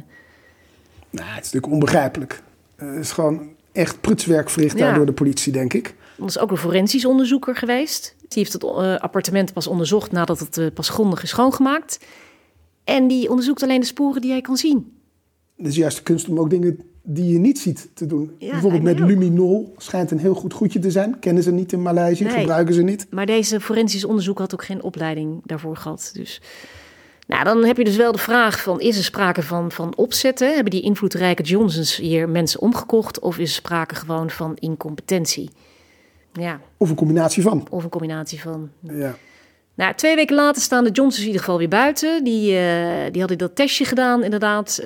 Nou, het is natuurlijk onbegrijpelijk. Het is gewoon echt prutswerk verricht daar door de politie, denk ik.
Er is ook een forensisch onderzoeker geweest. Die heeft het appartement pas onderzocht nadat het pas grondig is schoongemaakt. En die onderzoekt alleen de sporen die hij kan zien.
Het is juist de kunst om ook dingen die je niet ziet te doen.
Ja,
bijvoorbeeld met luminol schijnt een heel goed goedje te zijn. Kennen ze niet in Maleisië, gebruiken ze niet.
Maar deze forensisch onderzoek had ook geen opleiding daarvoor gehad. Dus nou, dan heb je dus wel de vraag van, is er sprake van opzetten? Hebben die invloedrijke Johnsons hier mensen omgekocht? Of is er sprake gewoon van incompetentie? Ja.
Of een combinatie van.
Of een combinatie van.
Ja.
Nou, 2 weken later staan de Johnsons in ieder geval weer buiten. Die hadden dat testje gedaan, inderdaad.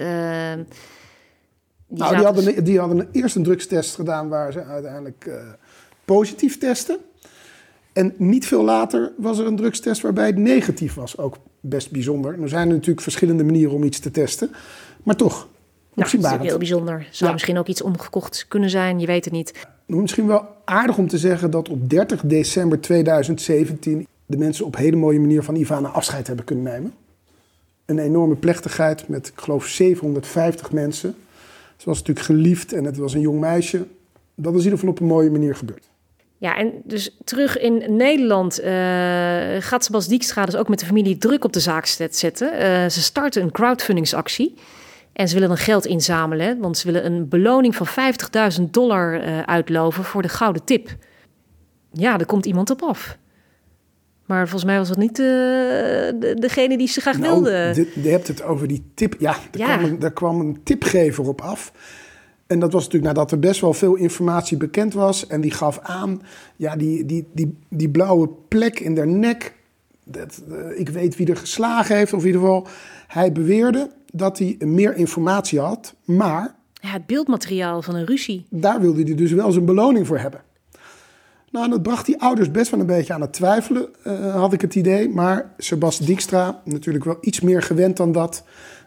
Die hadden eerst een drugstest gedaan waar ze uiteindelijk positief testen. En niet veel later was er een drugstest waarbij het negatief was. Ook best bijzonder. Er zijn natuurlijk verschillende manieren om iets te testen. Maar toch,
dat is heel bijzonder. Zou misschien ook iets omgekocht kunnen zijn, je weet het niet.
Misschien wel aardig om te zeggen dat op 30 december 2017... de mensen op hele mooie manier van Ivana afscheid hebben kunnen nemen. Een enorme plechtigheid met, ik geloof, 750 mensen. Ze was natuurlijk geliefd en het was een jong meisje. Dat is in ieder geval op een mooie manier gebeurd.
Ja, en dus terug in Nederland gaat Sebas Dijkstra dus ook met de familie druk op de zaak zetten. Ze starten een crowdfundingsactie en ze willen dan geld inzamelen. Want ze willen een beloning van $50.000 uitloven voor de gouden tip. Ja, er komt iemand op af. Maar volgens mij was dat niet degene die ze graag wilde.
Je hebt het over die tip. Ja, er kwam een tipgever op af. En dat was natuurlijk nadat er best wel veel informatie bekend was. En die gaf aan, ja, die blauwe plek in haar nek. Ik weet wie er geslagen heeft. Of in ieder geval, hij beweerde dat hij meer informatie had. Maar
ja, het beeldmateriaal van een ruzie.
Daar wilde hij dus wel zijn beloning voor hebben. Nou, dat bracht die ouders best wel een beetje aan het twijfelen, had ik het idee. Maar Sebas Dijkstra, natuurlijk wel iets meer gewend dan dat,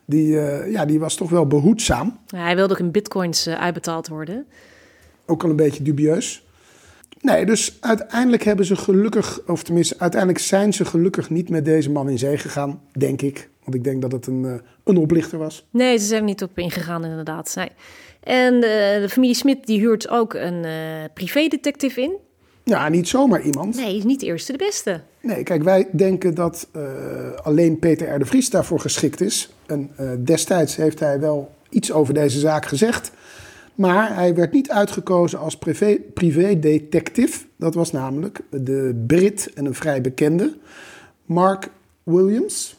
die was toch wel behoedzaam.
Ja, hij wilde ook in bitcoins uitbetaald worden.
Ook al een beetje dubieus. Nee, dus uiteindelijk uiteindelijk zijn ze gelukkig niet met deze man in zee gegaan, denk ik. Want ik denk dat het een oplichter was.
Nee, ze zijn er niet op ingegaan inderdaad. Nee. En de familie Smit die huurt ook een privédetective in.
Ja, niet zomaar iemand.
Nee, is niet de eerste de beste.
Nee, kijk, wij denken dat alleen Peter R. de Vries daarvoor geschikt is. En destijds heeft hij wel iets over deze zaak gezegd. Maar hij werd niet uitgekozen als privédetective. Dat was namelijk de Brit en een vrij bekende Mark Williams.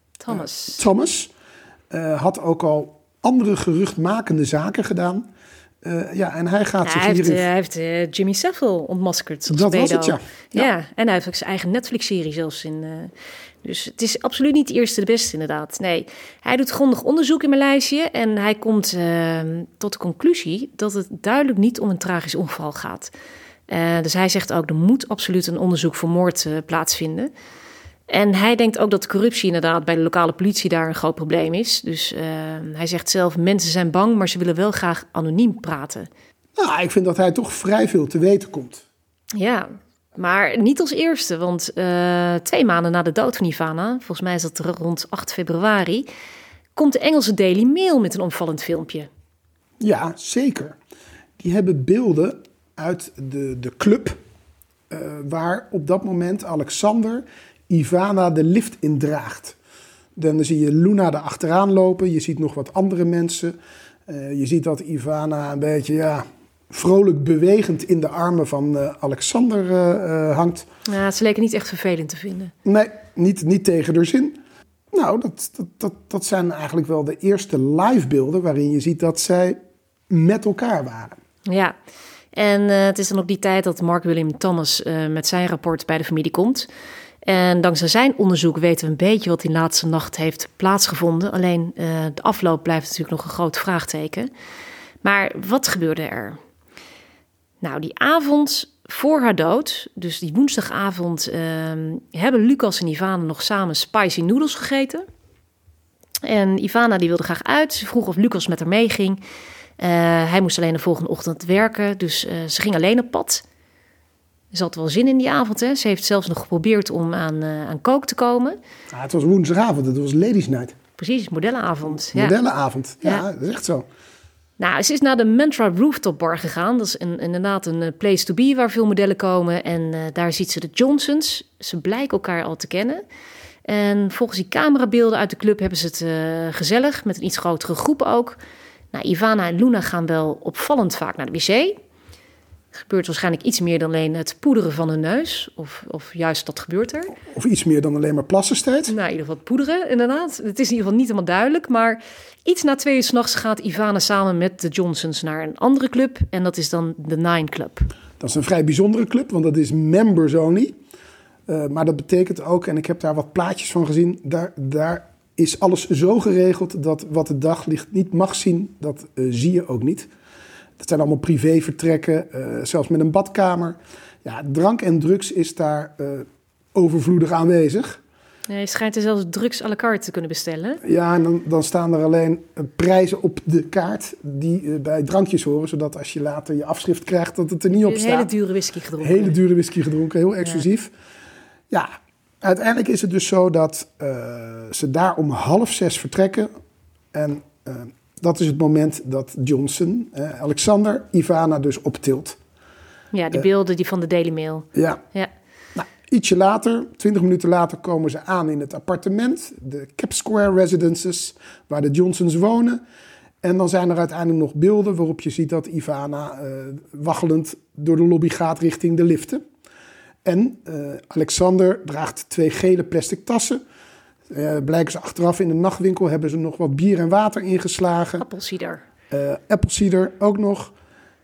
Thomas. Had ook al andere geruchtmakende zaken gedaan. En hij gaat zich hierin...
Hij heeft Jimmy Savile ontmaskerd.
Dat was het, ja.
Ja, en hij heeft ook zijn eigen Netflix-serie zelfs in... Dus het is absoluut niet de eerste de beste inderdaad. Nee, hij doet grondig onderzoek in Maleisië... en hij komt tot de conclusie dat het duidelijk niet om een tragisch ongeval gaat. Dus hij zegt ook, er moet absoluut een onderzoek voor moord plaatsvinden... En hij denkt ook dat corruptie inderdaad bij de lokale politie daar een groot probleem is. Dus hij zegt zelf, mensen zijn bang, maar ze willen wel graag anoniem praten.
Nou, ik vind dat hij toch vrij veel te weten komt.
Ja, maar niet als eerste, want 2 maanden na de dood van Ivana, volgens mij is dat rond 8 februari... komt de Engelse Daily Mail met een opvallend filmpje.
Ja, zeker. Die hebben beelden uit de club waar op dat moment Alexander... Ivana de lift indraagt. Dan zie je Luna er achteraan lopen. Je ziet nog wat andere mensen. Je ziet dat Ivana een beetje vrolijk bewegend in de armen van Alexander hangt.
Ja, ze leken niet echt vervelend te vinden.
Nee, niet tegen haar zin. Nou, dat zijn eigenlijk wel de eerste live beelden waarin je ziet dat zij met elkaar waren.
Ja, en het is dan ook die tijd dat Mark William Thomas met zijn rapport bij de familie komt... En dankzij zijn onderzoek weten we een beetje wat die laatste nacht heeft plaatsgevonden. Alleen de afloop blijft natuurlijk nog een groot vraagteken. Maar wat gebeurde er? Nou, die avond voor haar dood, dus die woensdagavond, hebben Lucas en Ivana nog samen spicy noodles gegeten. En Ivana die wilde graag uit. Ze vroeg of Lucas met haar meeging. Hij moest alleen de volgende ochtend werken, dus ze ging alleen op pad. Ze had wel zin in die avond, hè. Ze heeft zelfs nog geprobeerd om aan kook te komen.
Ja, het was woensdagavond, het was ladies night.
Precies, modellenavond.
Modellenavond, ja, dat is echt zo.
Nou, ze is naar de Mantra Rooftop Bar gegaan. Dat is inderdaad een place to be waar veel modellen komen. En daar ziet ze de Johnsons. Ze blijken elkaar al te kennen. En volgens die camerabeelden uit de club hebben ze het gezellig. Met een iets grotere groep ook. Nou, Ivana en Luna gaan wel opvallend vaak naar de wc. Er gebeurt waarschijnlijk iets meer dan alleen het poederen van hun neus. Of juist dat gebeurt er.
Of iets meer dan alleen maar plassen steeds.
Nou, in ieder geval poederen, inderdaad. Het is in ieder geval niet helemaal duidelijk. Maar iets na 2 uur 's nachts gaat Ivana samen met de Johnsons naar een andere club. En dat is dan de Nine Club. Dat
is een vrij bijzondere club, want dat is members only. Maar dat betekent ook, en ik heb daar wat plaatjes van gezien... Daar is alles zo geregeld dat wat het daglicht niet mag zien, dat zie je ook niet. Dat zijn allemaal privévertrekken, zelfs met een badkamer. Ja, drank en drugs is daar overvloedig aanwezig.
Ja, je schijnt er zelfs drugs à la carte te kunnen bestellen.
Ja, en dan staan er alleen prijzen op de kaart die bij drankjes horen. Zodat als je later je afschrift krijgt, dat het er niet op staat.
Hele dure whisky gedronken.
Hele dure whisky gedronken, heel exclusief. Ja, uiteindelijk is het dus zo dat ze daar om 5:30 vertrekken. En dat is het moment dat Johnson, Alexander, Ivana dus optilt.
Ja, die beelden die van de Daily Mail.
Ja. Nou, ietsje later, 20 minuten later, komen ze aan in het appartement. De Cap Square Residences, waar de Johnsons wonen. En dan zijn er uiteindelijk nog beelden waarop je ziet dat Ivana waggelend door de lobby gaat richting de liften. En Alexander draagt 2 gele plastic tassen. Blijken ze achteraf in de nachtwinkel, hebben ze nog wat bier en water ingeslagen.
Appelsieder.
Appelsieder ook nog.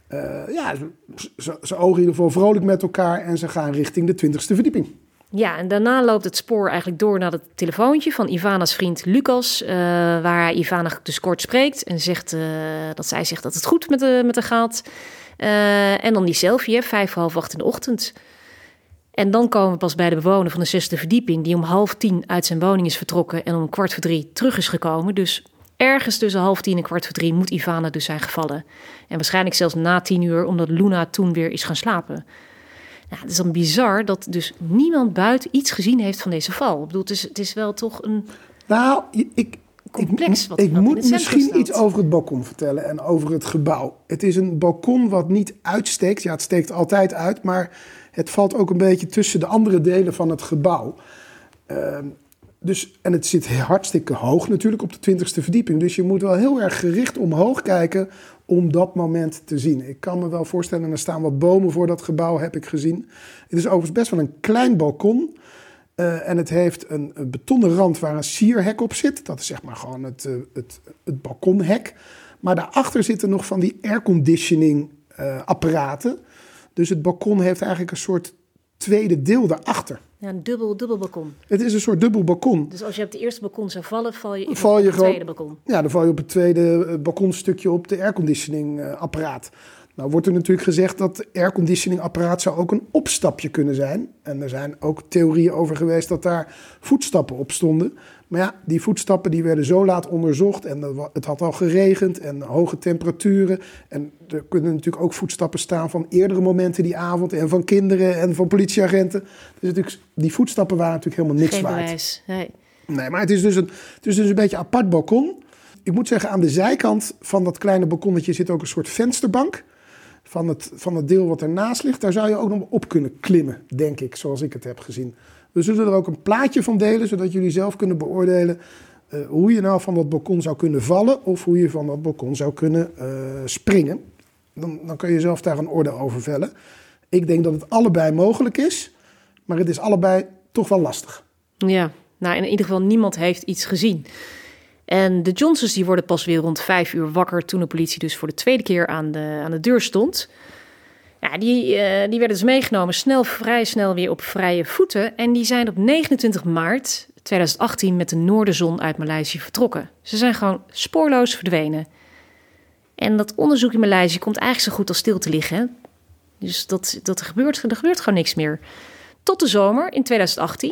Ze ogen in ieder geval vrolijk met elkaar en ze gaan richting de 20e verdieping.
Ja, en daarna loopt het spoor eigenlijk door naar het telefoontje van Ivana's vriend Lucas, waar Ivana dus kort spreekt en zegt dat zij zegt dat het goed met haar gaat. En dan die selfie, 5:30 in de ochtend. En dan komen we pas bij de bewoner van de 6e verdieping... die om 9:30 uit zijn woning is vertrokken... en om 2:15 terug is gekomen. Dus ergens tussen 9:30 en 2:15 moet Ivana dus zijn gevallen. En waarschijnlijk zelfs na 10:00... omdat Luna toen weer is gaan slapen. Nou, het is dan bizar dat dus niemand buiten iets gezien heeft van deze val. Ik bedoel, het is wel toch een...
Nou,
complex.
Ik moet misschien iets over het balkon vertellen en over het gebouw. Het is een balkon wat niet uitsteekt. Ja, het steekt altijd uit, maar het valt ook een beetje tussen de andere delen van het gebouw. En het zit hartstikke hoog natuurlijk op de 20e verdieping. Dus je moet wel heel erg gericht omhoog kijken om dat moment te zien. Ik kan me wel voorstellen, er staan wat bomen voor dat gebouw, heb ik gezien. Het is overigens best wel een klein balkon. En het heeft een betonnen rand waar een sierhek op zit. Dat is zeg maar gewoon het balkonhek. Maar daarachter zitten nog van die airconditioning apparaten. Dus het balkon heeft eigenlijk een soort tweede deel daarachter.
Ja, een dubbel balkon.
Het is een soort dubbel balkon.
Dus als je op het eerste balkon zou vallen, val je op het tweede balkon.
Ja, dan val je op het tweede balkonstukje op de airconditioning apparaat. Nou wordt er natuurlijk gezegd dat airconditioning apparaat zou ook een opstapje kunnen zijn. En er zijn ook theorieën over geweest dat daar voetstappen op stonden. Maar ja, die voetstappen die werden zo laat onderzocht en het had al geregend en hoge temperaturen. En er kunnen natuurlijk ook voetstappen staan van eerdere momenten die avond en van kinderen en van politieagenten. Dus natuurlijk, die voetstappen waren natuurlijk helemaal niks waard.
Geen bewijs,
Nee, maar het is dus een beetje een apart balkon. Ik moet zeggen, aan de zijkant van dat kleine balkonnetje zit ook een soort vensterbank. Van het deel wat ernaast ligt, daar zou je ook nog op kunnen klimmen, denk ik, zoals ik het heb gezien. We zullen er ook een plaatje van delen, zodat jullie zelf kunnen beoordelen hoe je nou van dat balkon zou kunnen vallen of hoe je van dat balkon zou kunnen springen. Dan kun je zelf daar een oordeel over vellen. Ik denk dat het allebei mogelijk is, maar het is allebei toch wel lastig.
Ja, nou in ieder geval niemand heeft iets gezien. En de Johnsons die worden pas weer rond 5:00 wakker toen de politie dus voor de tweede keer aan de deur stond. Ja, die werden dus meegenomen vrij snel weer op vrije voeten. En die zijn op 29 maart 2018 met de noorderzon uit Maleisië vertrokken. Ze zijn gewoon spoorloos verdwenen. En dat onderzoek in Maleisië komt eigenlijk zo goed als stil te liggen. Dus er gebeurt gewoon niks meer. Tot de zomer in 2018.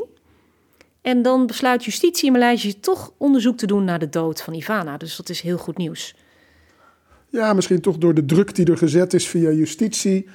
En dan besluit justitie in Maleisië toch onderzoek te doen naar de dood van Ivana. Dus dat is heel goed nieuws.
Ja, misschien toch door de druk die er gezet is via justitie.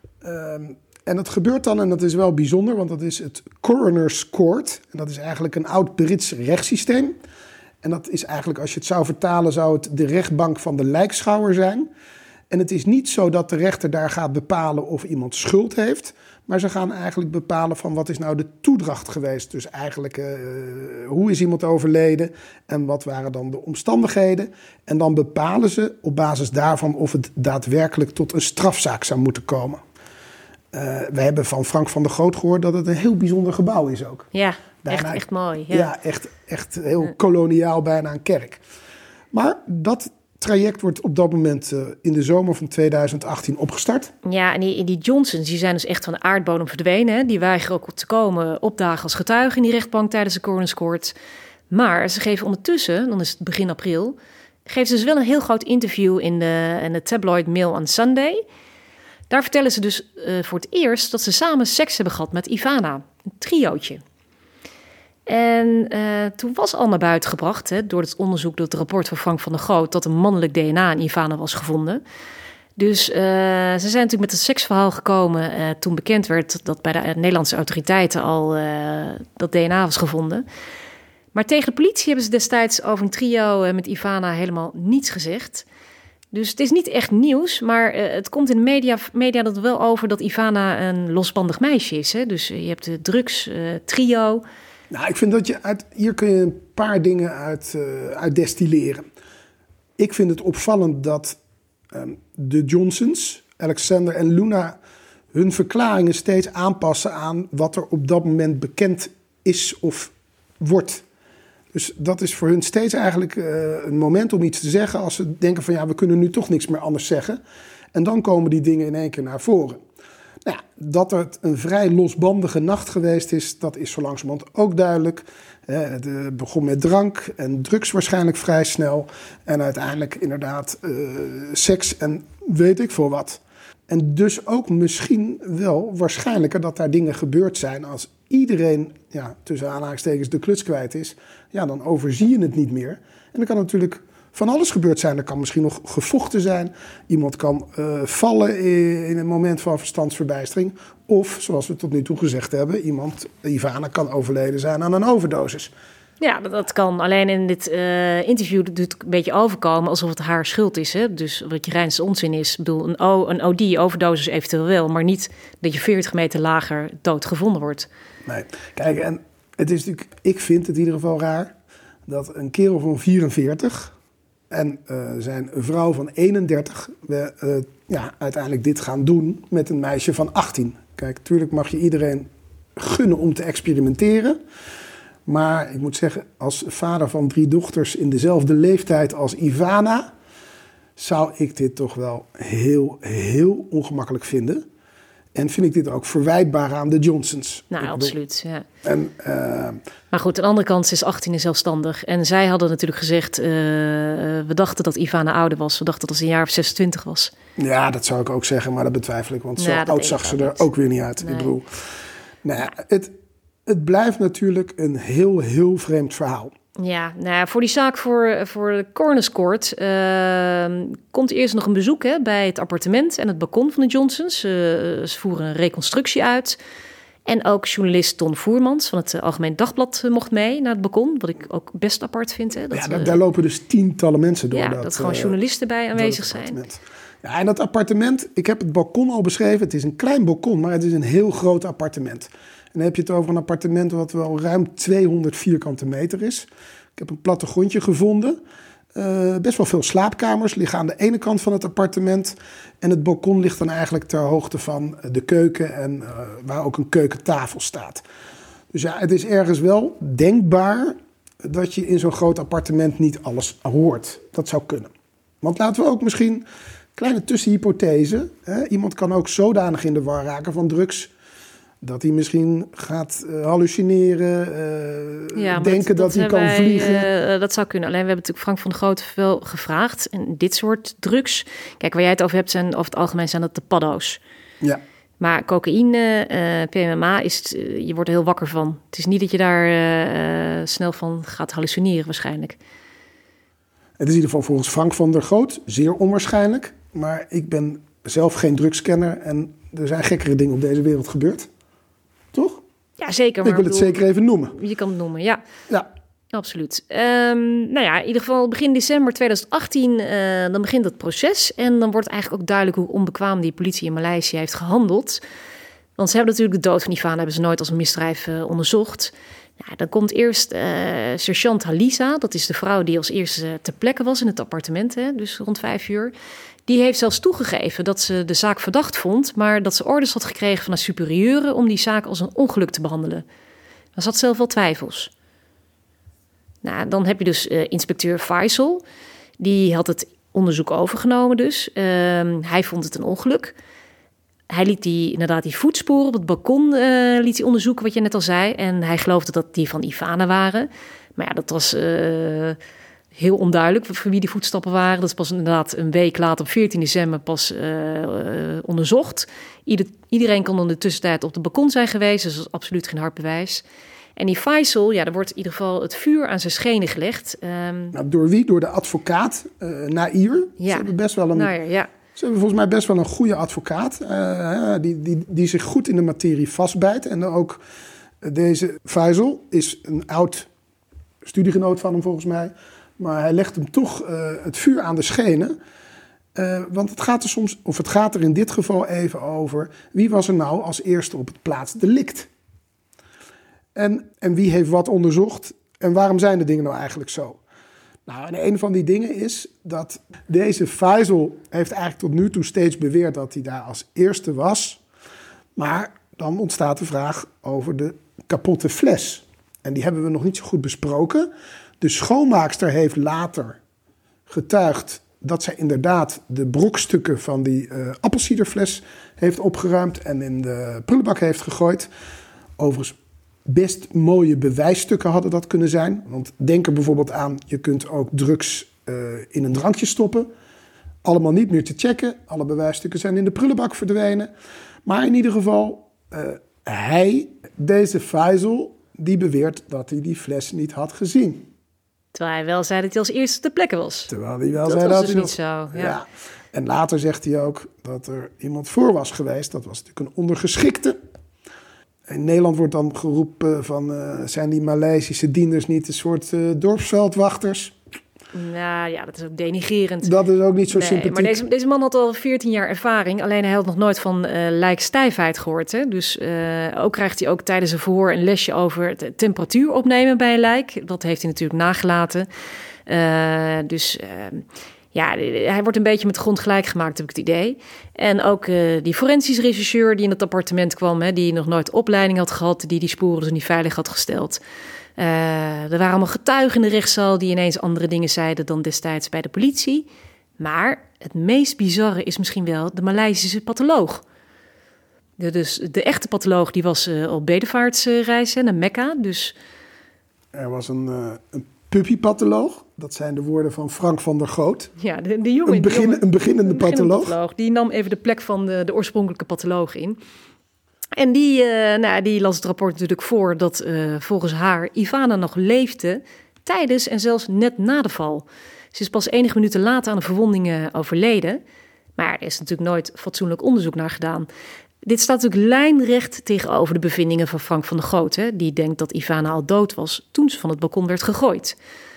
En dat gebeurt dan, en dat is wel bijzonder, want dat is het Coroner's Court. En dat is eigenlijk een oud Brits rechtssysteem. En dat is eigenlijk, als je het zou vertalen, zou het de rechtbank van de lijkschouwer zijn. En het is niet zo dat de rechter daar gaat bepalen of iemand schuld heeft. Maar ze gaan eigenlijk bepalen van wat is nou de toedracht geweest. Dus eigenlijk hoe is iemand overleden en wat waren dan de omstandigheden. En dan bepalen ze op basis daarvan of het daadwerkelijk tot een strafzaak zou moeten komen. We hebben van Frank van der Goot gehoord dat het een heel bijzonder gebouw is ook.
Ja, bijna, echt mooi.
Ja, echt heel koloniaal, bijna een kerk. Maar dat traject wordt op dat moment in de zomer van 2018 opgestart.
Ja, en die Johnsons die zijn dus echt van de aardbodem verdwenen. Hè? Die weigeren ook te komen opdagen als getuige in die rechtbank tijdens de Coroner's Court. Maar ze geven ondertussen, dan is het begin april, geven ze dus wel een heel groot interview in de tabloid Mail on Sunday. Daar vertellen ze dus voor het eerst dat ze samen seks hebben gehad met Ivana. Een triootje. En toen was al naar buiten gebracht, door het onderzoek, door het rapport van Frank van der Goot, dat een mannelijk DNA in Ivana was gevonden. Dus ze zijn natuurlijk met het seksverhaal gekomen toen bekend werd dat bij de Nederlandse autoriteiten al dat DNA was gevonden. Maar tegen de politie hebben ze destijds over een trio met Ivana helemaal niets gezegd. Dus het is niet echt nieuws, maar het komt in de media dat wel over dat Ivana een losbandig meisje is. Hè? Dus je hebt de drugs, trio.
Nou, ik vind dat hier kun je een paar dingen uit destilleren. Ik vind het opvallend dat de Johnsons, Alexander en Luna, hun verklaringen steeds aanpassen aan wat er op dat moment bekend is of wordt. Dus dat is voor hun steeds eigenlijk een moment om iets te zeggen als ze denken van ja, we kunnen nu toch niks meer anders zeggen. En dan komen die dingen in één keer naar voren. Nou ja, dat het een vrij losbandige nacht geweest is, dat is zo langzamerhand ook duidelijk. Het begon met drank en drugs waarschijnlijk vrij snel. En uiteindelijk inderdaad seks en weet ik veel wat. En dus ook misschien wel waarschijnlijker dat daar dingen gebeurd zijn. Als iedereen, tussen aanhalingstekens, de kluts kwijt is, dan overzie je het niet meer. En dan kan natuurlijk van alles gebeurd zijn. Er kan misschien nog gevochten zijn. Iemand kan vallen in een moment van verstandsverbijstering. Of, zoals we tot nu toe gezegd hebben, Ivana kan overleden zijn aan een overdosis.
Ja, dat kan. Alleen in dit interview doet het een beetje overkomen alsof het haar schuld is. Hè? Dus wat je reinste onzin is. Ik bedoel, een OD-overdosis eventueel wel, maar niet dat je 40 meter lager dood gevonden wordt.
Nee, kijk, en het is natuurlijk, ik vind het in ieder geval raar dat een kerel van 44 en zijn vrouw van 31 uiteindelijk dit gaan doen met een meisje van 18. Kijk, natuurlijk mag je iedereen gunnen om te experimenteren. Maar ik moet zeggen, als vader van 3 dochters in dezelfde leeftijd als Ivana, zou ik dit toch wel heel, heel ongemakkelijk vinden. En vind ik dit ook verwijtbaar aan de Johnsons.
Nou, absoluut, ja.
En,
maar goed, aan de andere kant, ze is 18 en zelfstandig. En zij hadden natuurlijk gezegd, we dachten dat Ivana ouder was. We dachten dat ze een jaar of 26 was.
Ja, dat zou ik ook zeggen, maar dat betwijfel ik. Want zo oud zag ze er ook weer niet uit.
Nee.
Ik bedoel, het blijft natuurlijk een heel, heel vreemd verhaal.
Ja, voor die zaak voor de Coroner's Court komt eerst nog een bezoek bij het appartement en het balkon van de Johnsons. Ze voeren een reconstructie uit. En ook journalist Ton Voermans van het Algemeen Dagblad mocht mee naar het balkon. Wat ik ook best apart vind. Hè,
daar lopen dus tientallen mensen door.
Ja, dat gewoon journalisten bij aanwezig zijn.
Ja, en dat appartement, ik heb het balkon al beschreven. Het is een klein balkon, maar het is een heel groot appartement. En dan heb je het over een appartement wat wel ruim 200 vierkante meter is. Ik heb een plattegrondje gevonden. Best wel veel slaapkamers liggen aan de ene kant van het appartement. En het balkon ligt dan eigenlijk ter hoogte van de keuken en waar ook een keukentafel staat. Dus ja, het is ergens wel denkbaar dat je in zo'n groot appartement niet alles hoort. Dat zou kunnen. Want laten we ook misschien, kleine tussenhypothese. Iemand kan ook zodanig in de war raken van drugs dat hij misschien gaat hallucineren, denken dat hij kan vliegen.
Dat zou kunnen. Alleen we hebben natuurlijk Frank van der Goot wel gevraagd. En dit soort drugs, kijk, waar jij het over hebt, zijn over het algemeen zijn dat de paddo's. Ja. Maar cocaïne, PMMA, je wordt er heel wakker van. Het is niet dat je daar snel van gaat hallucineren waarschijnlijk.
Het is in ieder geval volgens Frank van der Goot zeer onwaarschijnlijk. Maar ik ben zelf geen drugscanner en er zijn gekkere dingen op deze wereld gebeurd. Toch?
Ja, zeker.
Maar ik wil het zeker even noemen.
Je kan het noemen, ja. Ja. Absoluut. In ieder geval begin december 2018, dan begint het proces. En dan wordt eigenlijk ook duidelijk hoe onbekwaam die politie in Maleisië heeft gehandeld. Want ze hebben natuurlijk de dood van Ivana hebben ze nooit als een misdrijf onderzocht. Ja, dan komt eerst sergeant Halisa, dat is de vrouw die als eerste ter plekke was in het appartement, dus rond 5 uur. Die heeft zelfs toegegeven dat ze de zaak verdacht vond, maar dat ze orders had gekregen van haar superieuren om die zaak als een ongeluk te behandelen. Maar ze had zelf wel twijfels. Nou, dan heb je dus inspecteur Faisal. Die had het onderzoek overgenomen dus. Hij vond het een ongeluk. Hij liet die voetsporen op het balkon liet hij onderzoeken, wat je net al zei. En hij geloofde dat die van Ivana waren. Maar ja, dat was heel onduidelijk voor wie die voetstappen waren. Dat is pas inderdaad een week later, op 14 december, pas onderzocht. Iedereen kon in de tussentijd op het balkon zijn geweest. Dus dat is absoluut geen hard bewijs. En die Faisal, er wordt in ieder geval het vuur aan zijn schenen gelegd.
Door wie? Door de advocaat, Nair. Ja. Ze hebben best wel een... Nair, ja. Ze hebben volgens mij best wel een goede advocaat. Die zich goed in de materie vastbijt. En dan ook deze Faisal is een oud studiegenoot van hem volgens mij. Maar hij legt hem toch het vuur aan de schenen. Want het gaat er in dit geval even over, wie was er nou als eerste op het plaatsdelict? En wie heeft wat onderzocht? En waarom zijn de dingen nou eigenlijk zo? Nou, en een van die dingen is dat deze Faisal heeft eigenlijk tot nu toe steeds beweerd dat hij daar als eerste was. Maar dan ontstaat de vraag over de kapotte fles. En die hebben we nog niet zo goed besproken. De schoonmaakster heeft later getuigd dat zij inderdaad de brokstukken van die appelsiederfles heeft opgeruimd en in de prullenbak heeft gegooid. Overigens, best mooie bewijsstukken hadden dat kunnen zijn. Want denk er bijvoorbeeld aan, je kunt ook drugs in een drankje stoppen. allemaal niet meer te checken. Alle bewijsstukken zijn in de prullenbak verdwenen. Maar in ieder geval, deze Faisal, die beweert dat hij die fles niet had gezien.
Terwijl hij wel zei dat hij als eerste ter plekke was.
Terwijl hij wel
Dat
zei
was
dat
dus
hij
niet zo. Ja.
En later zegt hij ook dat er iemand voor was geweest. Dat was natuurlijk een ondergeschikte. In Nederland wordt dan geroepen van... zijn die Maleisische dienders niet een soort dorpsveldwachters?
Nou ja, dat is ook denigrerend.
Dat is ook niet zo sympathiek.
Maar deze man had al 14 jaar ervaring. Alleen hij had nog nooit van lijkstijfheid gehoord. Hè? Dus ook krijgt hij ook tijdens een verhoor een lesje over de temperatuur opnemen bij een lijk. Dat heeft hij natuurlijk nagelaten. Hij wordt een beetje met de grond gelijk gemaakt, heb ik het idee. En ook die forensisch rechercheur die in het appartement kwam... Hè, die nog nooit opleiding had gehad... die sporen dus niet veilig had gesteld... er waren allemaal getuigen in de rechtszaal die ineens andere dingen zeiden dan destijds bij de politie. Maar het meest bizarre is misschien wel de Maleisische patholoog. Dus de echte patholoog die was op bedevaartsreis naar Mekka. Dus...
Er was een puppypatholoog. Dat zijn de woorden van Frank van der Goot.
Ja, de jongen.
Een beginnende patholoog.
Die nam even de plek van de oorspronkelijke patholoog in. En die las het rapport natuurlijk voor dat volgens haar Ivana nog leefde tijdens en zelfs net na de val. Ze is pas enige minuten later aan de verwondingen overleden. Maar er is natuurlijk nooit fatsoenlijk onderzoek naar gedaan. Dit staat natuurlijk lijnrecht tegenover de bevindingen van Frank van der Goot. Hè, die denkt dat Ivana al dood was toen ze van het balkon werd gegooid.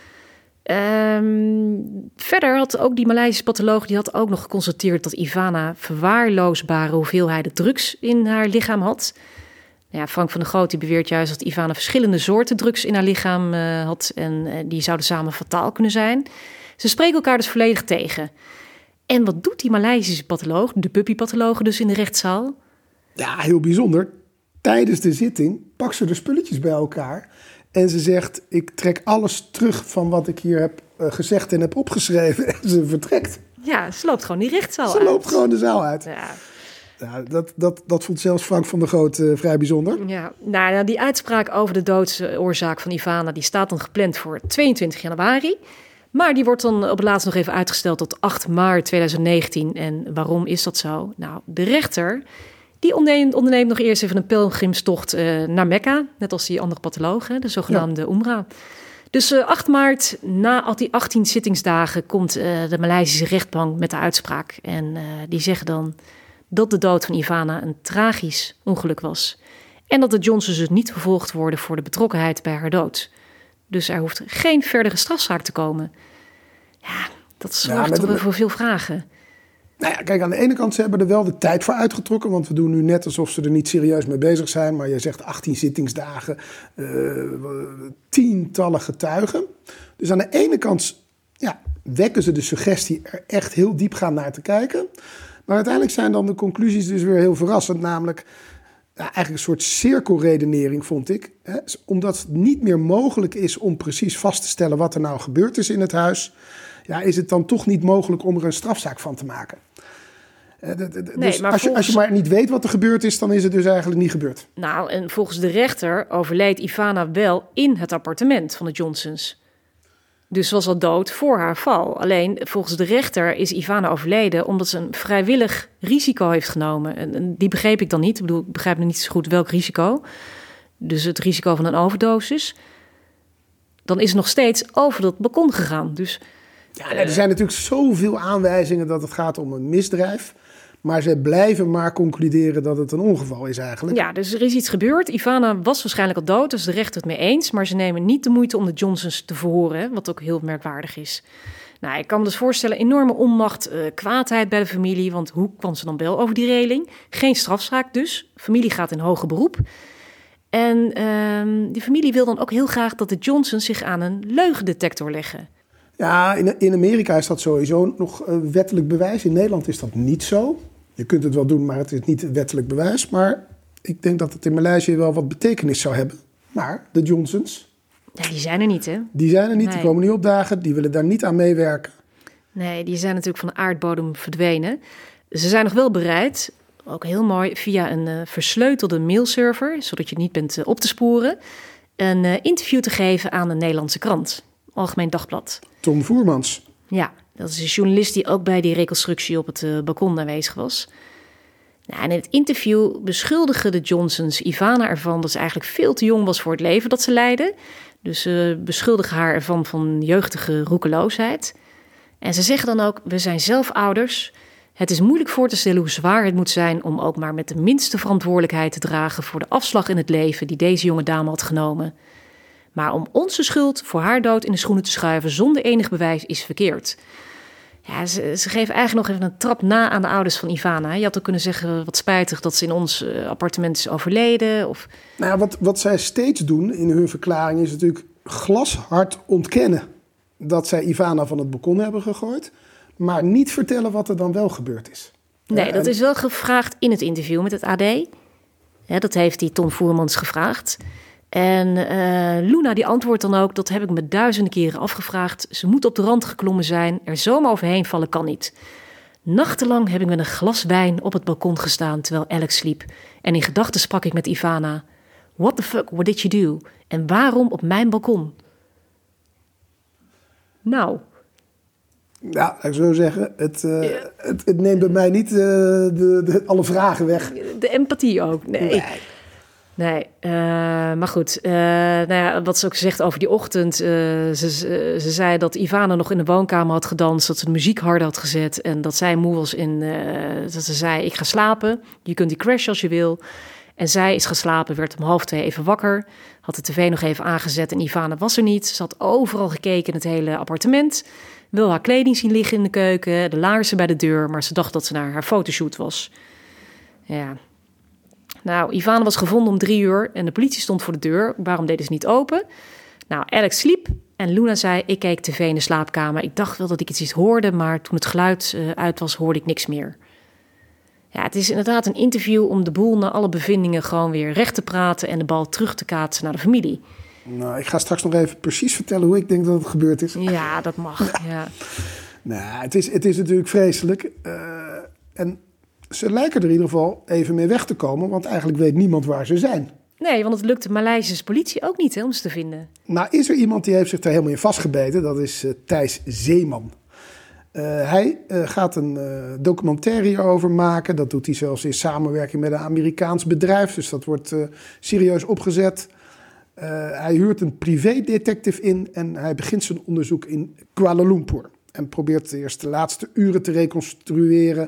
Verder had ook die Maleisische patholoog die had ook nog geconstateerd dat Ivana verwaarloosbare hoeveelheden drugs in haar lichaam had. Ja, Frank van der Goot die beweert juist dat Ivana verschillende soorten drugs in haar lichaam had en die zouden samen fataal kunnen zijn. Ze spreken elkaar dus volledig tegen. En wat doet die Maleisische patholoog, de puppypatholoog dus in de rechtszaal?
Ja, heel bijzonder. Tijdens de zitting pakt ze de spulletjes bij elkaar. En ze zegt, ik trek alles terug van wat ik hier heb gezegd en heb opgeschreven. En ze vertrekt.
Ja, ze loopt gewoon die rechtszaal uit.
Ze loopt gewoon de zaal uit.
Ja.
Ja, dat vond zelfs Frank van der Goot vrij bijzonder.
Ja, nou, die uitspraak over de doodsoorzaak van Ivana... die staat dan gepland voor 22 januari. Maar die wordt dan op het laatst nog even uitgesteld tot 8 maart 2019. En waarom is dat zo? Nou, de rechter... die onderneemt nog eerst even een pelgrimstocht naar Mekka. Net als die andere pathologen, de zogenaamde Umra. Dus 8 maart, na die 18 zittingsdagen... komt de Maleisische rechtbank met de uitspraak. En die zeggen dan dat de dood van Ivana een tragisch ongeluk was. En dat de Johnsons dus niet vervolgd worden voor de betrokkenheid bij haar dood. Dus er hoeft geen verdere strafzaak te komen. Ja, dat zorgt toch voor veel vragen.
Nou ja, kijk, aan de ene kant, ze hebben er wel de tijd voor uitgetrokken. Want we doen nu net alsof ze er niet serieus mee bezig zijn. Maar je zegt 18 zittingsdagen, tientallen getuigen. Dus aan de ene kant wekken ze de suggestie er echt heel diepgaand naar te kijken. Maar uiteindelijk zijn dan de conclusies dus weer heel verrassend. Namelijk eigenlijk een soort cirkelredenering, vond ik. Hè? Omdat het niet meer mogelijk is om precies vast te stellen wat er nou gebeurd is in het huis. Ja, is het dan toch niet mogelijk om er een strafzaak van te maken? Dus maar als je maar niet weet wat er gebeurd is, dan is het dus eigenlijk niet gebeurd.
Nou, en volgens de rechter overleed Ivana wel in het appartement van de Johnsons. Dus ze was al dood voor haar val. Alleen volgens de rechter is Ivana overleden omdat ze een vrijwillig risico heeft genomen. En die begreep ik dan niet. Ik bedoel, ik begrijp nog niet zo goed welk risico. Dus het risico van een overdosis. Dan is ze nog steeds over dat balkon gegaan. Dus...
Ja, er zijn natuurlijk zoveel aanwijzingen dat het gaat om een misdrijf. Maar ze blijven maar concluderen dat het een ongeval is eigenlijk.
Ja, dus er is iets gebeurd. Ivana was waarschijnlijk al dood, dus de rechter het mee eens. Maar ze nemen niet de moeite om de Johnsons te verhoren, wat ook heel merkwaardig is. Nou, ik kan me dus voorstellen, enorme onmacht, kwaadheid bij de familie. Want hoe kwam ze dan wel over die regeling? Geen strafzaak dus. Familie gaat in hoger beroep. En die familie wil dan ook heel graag dat de Johnsons zich aan een leugendetector leggen.
Ja, in Amerika is dat sowieso nog wettelijk bewijs. In Nederland is dat niet zo. Je kunt het wel doen, maar het is niet wettelijk bewijs. Maar ik denk dat het in Maleisië wel wat betekenis zou hebben. Maar de Johnsons...
Ja, die zijn er niet, hè?
Die zijn er niet, die komen niet opdagen. Die willen daar niet aan meewerken.
Nee, die zijn natuurlijk van de aardbodem verdwenen. Ze zijn nog wel bereid, ook heel mooi, via een versleutelde mailserver... zodat je niet bent op te sporen... een interview te geven aan een Nederlandse krant. Algemeen Dagblad.
Tom Voermans.
Ja, Dat is een journalist die ook bij die reconstructie op het balkon aanwezig was. Nou, in het interview beschuldigen de Johnsons Ivana ervan dat ze eigenlijk veel te jong was voor het leven dat ze leidde. Dus ze beschuldigen haar ervan van jeugdige roekeloosheid. En ze zeggen dan ook, we zijn zelf ouders. Het is moeilijk voor te stellen hoe zwaar het moet zijn om ook maar met de minste verantwoordelijkheid te dragen voor de afslag in het leven die deze jonge dame had genomen. Maar om onze schuld voor haar dood in de schoenen te schuiven zonder enig bewijs is verkeerd. Ja, ze geven eigenlijk nog even een trap na aan de ouders van Ivana. Je had ook kunnen zeggen, wat spijtig dat ze in ons appartement is overleden. Of...
Nou ja, wat zij steeds doen in hun verklaring is natuurlijk glashard ontkennen dat zij Ivana van het balkon hebben gegooid, maar niet vertellen wat er dan wel gebeurd is.
Nee, dat is wel gevraagd in het interview met het AD. Ja, dat heeft die Ton Voermans gevraagd. En Luna die antwoordt dan ook, dat heb ik me duizenden keren afgevraagd. Ze moet op de rand geklommen zijn, er zomaar overheen vallen kan niet. Nachtenlang heb ik met een glas wijn op het balkon gestaan terwijl Alex sliep. En in gedachten sprak ik met Ivana. What the fuck, what did you do? En waarom op mijn balkon? Nou...
Ja, ik zou zeggen, het neemt bij mij niet alle vragen weg.
De empathie ook, Nee, maar goed. Nou ja, wat ze ook zegt over die ochtend. Ze zei dat Ivana nog in de woonkamer had gedanst, dat ze de muziek harder had gezet en dat zij moe was dat ze zei, ik ga slapen. Je kunt die crashen als je wil. En zij is gaan slapen, werd om 1:30 even wakker. Had de tv nog even aangezet en Ivana was er niet. Ze had overal gekeken in het hele appartement. Wil haar kleding zien liggen in de keuken, de laarzen bij de deur, maar ze dacht dat ze naar haar fotoshoot was. Ja. Nou, Ivana was gevonden om 3:00 en de politie stond voor de deur. Waarom deden ze niet open? Nou, Alex sliep en Luna zei, ik keek tv in de slaapkamer. Ik dacht wel dat ik iets hoorde, maar toen het geluid uit was, hoorde ik niks meer. Ja, het is inderdaad een interview om de boel naar alle bevindingen gewoon weer recht te praten en de bal terug te kaatsen naar de familie.
Nou, ik ga straks nog even precies vertellen hoe ik denk dat het gebeurd is.
Ja, dat mag. Ja.
Nou, het is natuurlijk vreselijk. En ze lijken er in ieder geval even mee weg te komen, want eigenlijk weet niemand waar ze zijn.
Nee, want het lukt de Maleisische politie ook niet om ze te vinden.
Nou, is er iemand die heeft zich daar helemaal in vastgebeten. Dat is Thijs Zeeman. Hij gaat een documentaire hierover maken. Dat doet hij zelfs in samenwerking met een Amerikaans bedrijf. Dus dat wordt serieus opgezet. Hij huurt een privédetective in en hij begint zijn onderzoek in Kuala Lumpur. En probeert eerst de laatste uren te reconstrueren.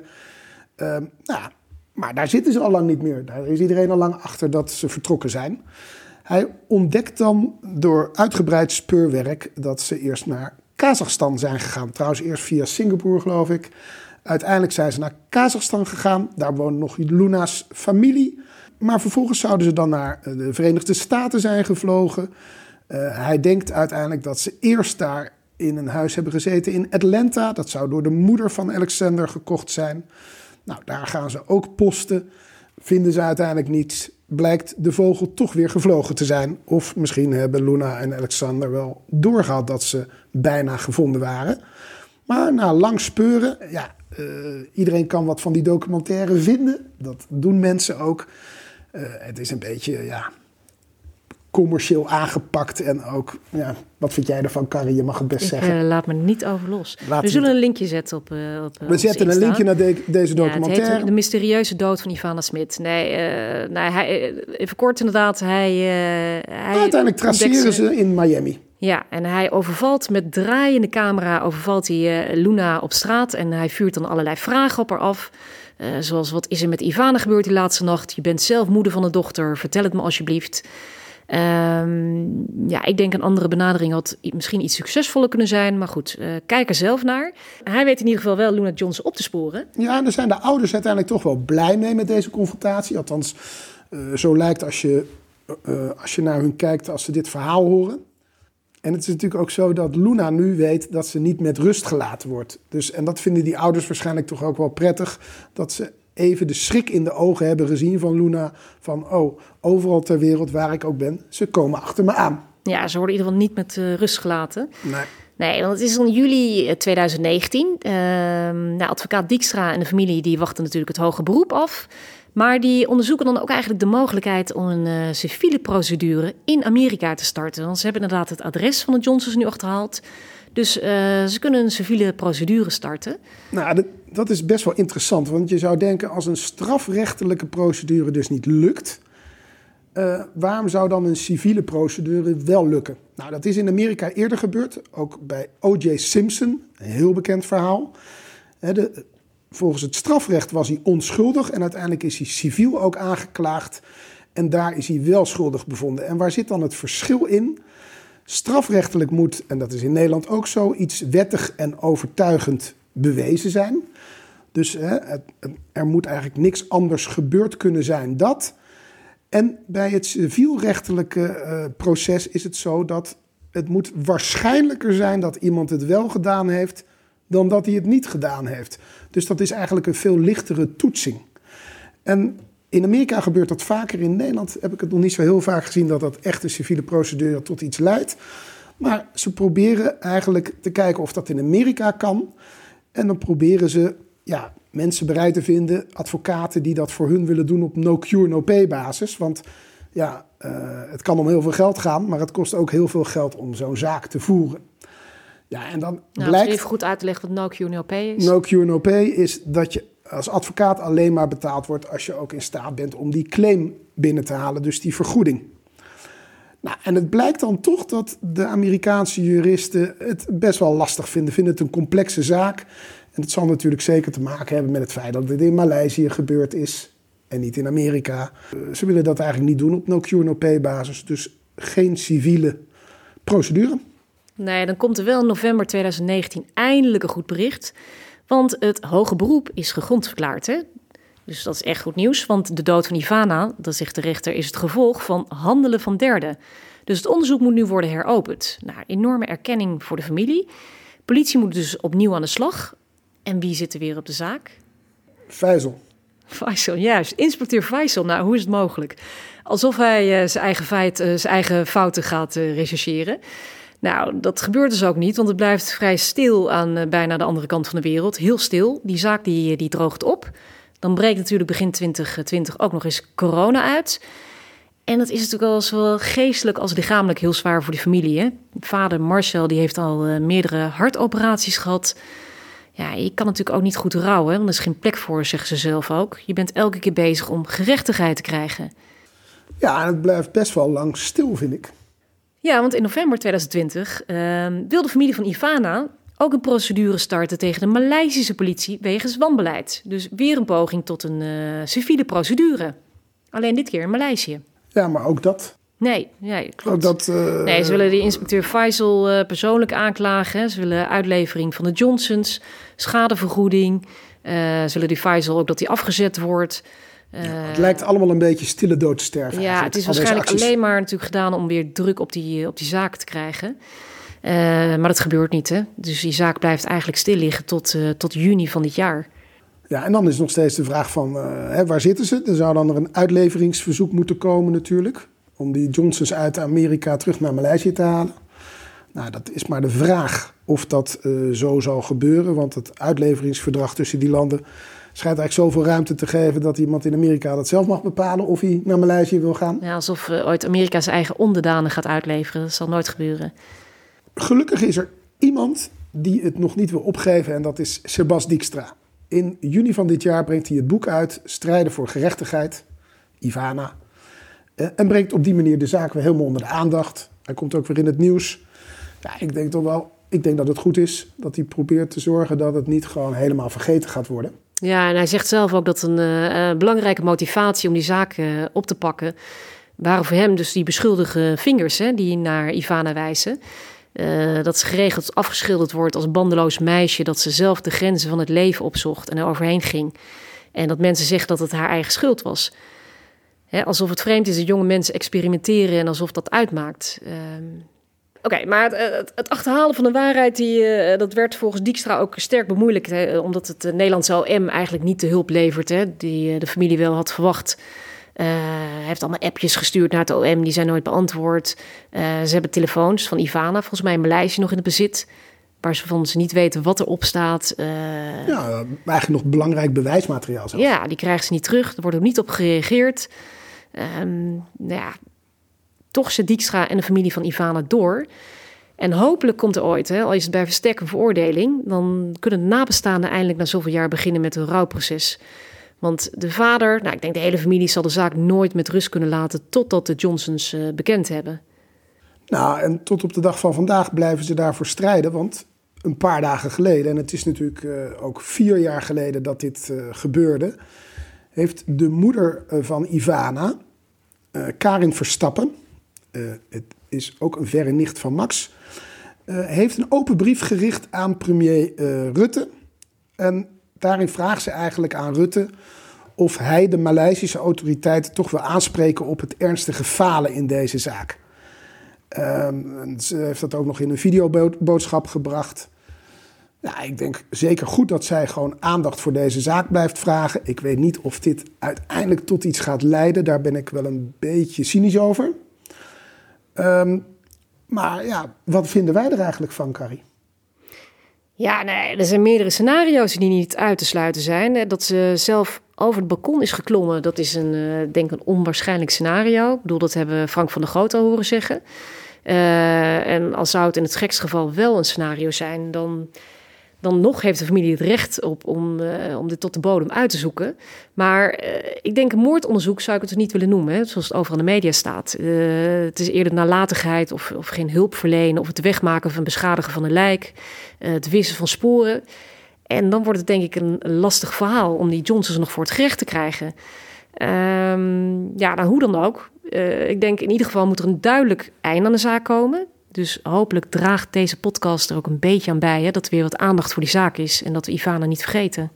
Maar daar zitten ze al lang niet meer. Daar is iedereen al lang achter dat ze vertrokken zijn. Hij ontdekt dan door uitgebreid speurwerk dat ze eerst naar Kazachstan zijn gegaan. Trouwens eerst via Singapore, geloof ik. Uiteindelijk zijn ze naar Kazachstan gegaan. Daar woont nog Luna's familie. Maar vervolgens zouden ze dan naar de Verenigde Staten zijn gevlogen. Hij denkt uiteindelijk dat ze eerst daar in een huis hebben gezeten in Atlanta. Dat zou door de moeder van Alexander gekocht zijn. Nou, daar gaan ze ook posten. Vinden ze uiteindelijk niets. Blijkt de vogel toch weer gevlogen te zijn. Of misschien hebben Luna en Alexander wel doorgehad dat ze bijna gevonden waren. Maar na lang speuren, iedereen kan wat van die documentaire vinden. Dat doen mensen ook. Het is een beetje commercieel aangepakt. En ook, wat vind jij ervan, Carrie? Je mag het best zeggen.
Laat me niet over los. We zullen een linkje zetten op
we zetten een linkje naar deze documentaire.
Het heet De mysterieuze dood van Ivana Smit. Even kort inderdaad.
Uiteindelijk traceren ze in Miami.
Ja, en hij overvalt met draaiende camera, Luna op straat. En hij vuurt dan allerlei vragen op haar af. Zoals, wat is er met Ivana gebeurd die laatste nacht? Je bent zelf moeder van een dochter, vertel het me alsjeblieft. Ik denk een andere benadering had misschien iets succesvoller kunnen zijn. Maar goed, kijk er zelf naar. Hij weet in ieder geval wel Luna Johnson op te sporen. Ja,
en daar zijn de ouders uiteindelijk toch wel blij mee met deze confrontatie. Althans, zo lijkt als je naar hun kijkt als ze dit verhaal horen. En het is natuurlijk ook zo dat Luna nu weet dat ze niet met rust gelaten wordt. En dat vinden die ouders waarschijnlijk toch ook wel prettig. Dat ze even de schrik in de ogen hebben gezien van Luna. Van, overal ter wereld waar ik ook ben, ze komen achter me aan.
Ja, ze worden in ieder geval niet met rust gelaten. Nee, want het is in juli 2019. Advocaat Dijkstra en de familie die wachten natuurlijk het hoge beroep af. Maar die onderzoeken dan ook eigenlijk de mogelijkheid om een civiele procedure in Amerika te starten. Want ze hebben inderdaad het adres van de Johnsons nu achterhaald. Dus ze kunnen een civiele procedure starten.
Nou, dat is best wel interessant. Want je zou denken, als een strafrechtelijke procedure dus niet lukt, waarom zou dan een civiele procedure wel lukken? Nou, dat is in Amerika eerder gebeurd. Ook bij O.J. Simpson, een heel bekend verhaal. Volgens het strafrecht was hij onschuldig en uiteindelijk is hij civiel ook aangeklaagd. En daar is hij wel schuldig bevonden. En waar zit dan het verschil in? Strafrechtelijk moet, en dat is in Nederland ook zo, iets wettig en overtuigend bewezen zijn. Dus er moet eigenlijk niks anders gebeurd kunnen zijn dat. En bij het civielrechtelijke proces is het zo dat het moet waarschijnlijker zijn dat iemand het wel gedaan heeft dan dat hij het niet gedaan heeft. Dus dat is eigenlijk een veel lichtere toetsing. En in Amerika gebeurt dat vaker. In Nederland heb ik het nog niet zo heel vaak gezien dat dat echt een civiele procedure tot iets leidt. Maar ze proberen eigenlijk te kijken of dat in Amerika kan. En dan proberen ze mensen bereid te vinden, advocaten die dat voor hun willen doen op no-cure, no-pay basis. Want het kan om heel veel geld gaan, maar het kost ook heel veel geld om zo'n zaak te voeren. Ja, en dan blijkt,
even goed uit te leggen wat no-cure, no-pay is.
No-cure, no-pay is dat je als advocaat alleen maar betaald wordt als je ook in staat bent om die claim binnen te halen, dus die vergoeding. Nou, en het blijkt dan toch dat de Amerikaanse juristen het best wel lastig vinden het een complexe zaak. En het zal natuurlijk zeker te maken hebben met het feit dat het in Maleisië gebeurd is en niet in Amerika. Ze willen dat eigenlijk niet doen op no-cure, no-pay basis, dus geen civiele procedure.
Nee, dan komt er wel in november 2019 eindelijk een goed bericht. Want het hoge beroep is gegrond verklaard. Hè? Dus dat is echt goed nieuws. Want de dood van Ivana, dat zegt de rechter, is het gevolg van handelen van derden. Dus het onderzoek moet nu worden heropend. Nou, enorme erkenning voor de familie. Politie moet dus opnieuw aan de slag. En wie zit er weer op de zaak?
Faisal,
juist. Inspecteur Faisal. Nou, hoe is het mogelijk? Alsof hij zijn eigen fouten gaat rechercheren. Nou, dat gebeurt dus ook niet, want het blijft vrij stil aan bijna de andere kant van de wereld. Heel stil. Die zaak die droogt op. Dan breekt natuurlijk begin 2020 ook nog eens corona uit. En dat is natuurlijk al zowel geestelijk als lichamelijk heel zwaar voor de familie. Hè? Vader Marcel die heeft al meerdere hartoperaties gehad. Ja, je kan natuurlijk ook niet goed rouwen, want er is geen plek voor, zeggen ze zelf ook. Je bent elke keer bezig om gerechtigheid te krijgen.
Ja, en het blijft best wel lang stil, vind ik.
Ja, want in november 2020 wil de familie van Ivana ook een procedure starten tegen de Maleisische politie wegens wanbeleid. Dus weer een poging tot een civiele procedure. Alleen dit keer in Maleisië.
Ja, maar ook dat.
Nee, klopt.
Ook dat,
Nee, ze willen die inspecteur Faisal persoonlijk aanklagen. Ze willen uitlevering van de Johnsons, schadevergoeding. Ze willen die Faisal ook dat hij afgezet wordt.
Het lijkt allemaal een beetje stille dood te sterven.
Ja, het is waarschijnlijk alleen maar natuurlijk gedaan om weer druk op die zaak te krijgen. Maar dat gebeurt niet, hè. Dus die zaak blijft eigenlijk stil liggen tot juni van dit jaar.
Ja, en dan is nog steeds de vraag van waar zitten ze? Er zou dan er een uitleveringsverzoek moeten komen natuurlijk, om die Johnsons uit Amerika terug naar Maleisië te halen. Nou, dat is maar de vraag of dat zo zal gebeuren, want het uitleveringsverdrag tussen die landen schijnt eigenlijk zoveel ruimte te geven dat iemand in Amerika dat zelf mag bepalen of hij naar Maleisië wil gaan.
Ja, alsof ooit Amerika zijn eigen onderdanen gaat uitleveren. Dat zal nooit gebeuren.
Gelukkig is er iemand die het nog niet wil opgeven en dat is Sebas Dijkstra. In juni van dit jaar brengt hij het boek uit, Strijden voor Gerechtigheid, Ivana. En brengt op die manier de zaak weer helemaal onder de aandacht. Hij komt ook weer in het nieuws. Ja, ik denk dat het goed is dat hij probeert te zorgen dat het niet gewoon helemaal vergeten gaat worden.
Ja, en hij zegt zelf ook dat een belangrijke motivatie om die zaak op te pakken waren voor hem dus die beschuldigde vingers die naar Ivana wijzen. Dat ze geregeld afgeschilderd wordt als een bandeloos meisje, dat ze zelf de grenzen van het leven opzocht en er overheen ging. En dat mensen zeggen dat het haar eigen schuld was. Alsof het vreemd is dat jonge mensen experimenteren en alsof dat uitmaakt. Oké, maar het achterhalen van de waarheid, dat werd volgens Dijkstra ook sterk bemoeilijkt. Omdat het Nederlandse OM eigenlijk niet de hulp levert die de familie wel had verwacht. Hij heeft allemaal appjes gestuurd naar het OM, die zijn nooit beantwoord. Ze hebben telefoons van Ivana, volgens mij in Maleisië nog in het bezit. waarvan ze niet weten wat erop staat.
Eigenlijk nog belangrijk bewijsmateriaal zelfs.
Ja, die krijgen ze niet terug. Er wordt ook niet op gereageerd. Toch zit Dijkstra en de familie van Ivana door. En hopelijk komt er ooit, al is het bij verstek een veroordeling, dan kunnen de nabestaanden eindelijk na zoveel jaar beginnen met een rouwproces. Want de vader, ik denk de hele familie zal de zaak nooit met rust kunnen laten totdat de Johnsons bekend hebben. Nou,
en tot op de dag van vandaag blijven ze daarvoor strijden, want een paar dagen geleden, en het is natuurlijk ook 4 jaar geleden dat dit gebeurde, heeft de moeder van Ivana, Karin Verstappen, het is ook een verre nicht van Max, heeft een open brief gericht aan premier Rutte. En daarin vraagt ze eigenlijk aan Rutte of hij de Maleisische autoriteiten toch wil aanspreken op het ernstige falen in deze zaak. Ze heeft dat ook nog in een videoboodschap gebracht. Ik denk zeker goed dat zij gewoon aandacht voor deze zaak blijft vragen. Ik weet niet of dit uiteindelijk tot iets gaat leiden. Daar ben ik wel een beetje cynisch over. Maar wat vinden wij er eigenlijk van, Carrie?
Ja, er zijn meerdere scenario's die niet uit te sluiten zijn. Dat ze zelf over het balkon is geklommen, dat is denk ik een onwaarschijnlijk scenario. Ik bedoel, dat hebben Frank van der Goot al horen zeggen. En als zou het in het gekste geval wel een scenario zijn, dan nog heeft de familie het recht op om dit tot de bodem uit te zoeken. Maar ik denk een moordonderzoek zou ik het dus niet willen noemen, zoals het overal in de media staat. Het is eerder nalatigheid of geen hulp verlenen, of het wegmaken of beschadigen van een lijk, het wissen van sporen. En dan wordt het denk ik een lastig verhaal om die Johnsons nog voor het gerecht te krijgen. Hoe dan ook. Ik denk in ieder geval moet er een duidelijk einde aan de zaak komen. Dus hopelijk draagt deze podcast er ook een beetje aan bij, dat er weer wat aandacht voor die zaak is en dat we Ivana niet vergeten.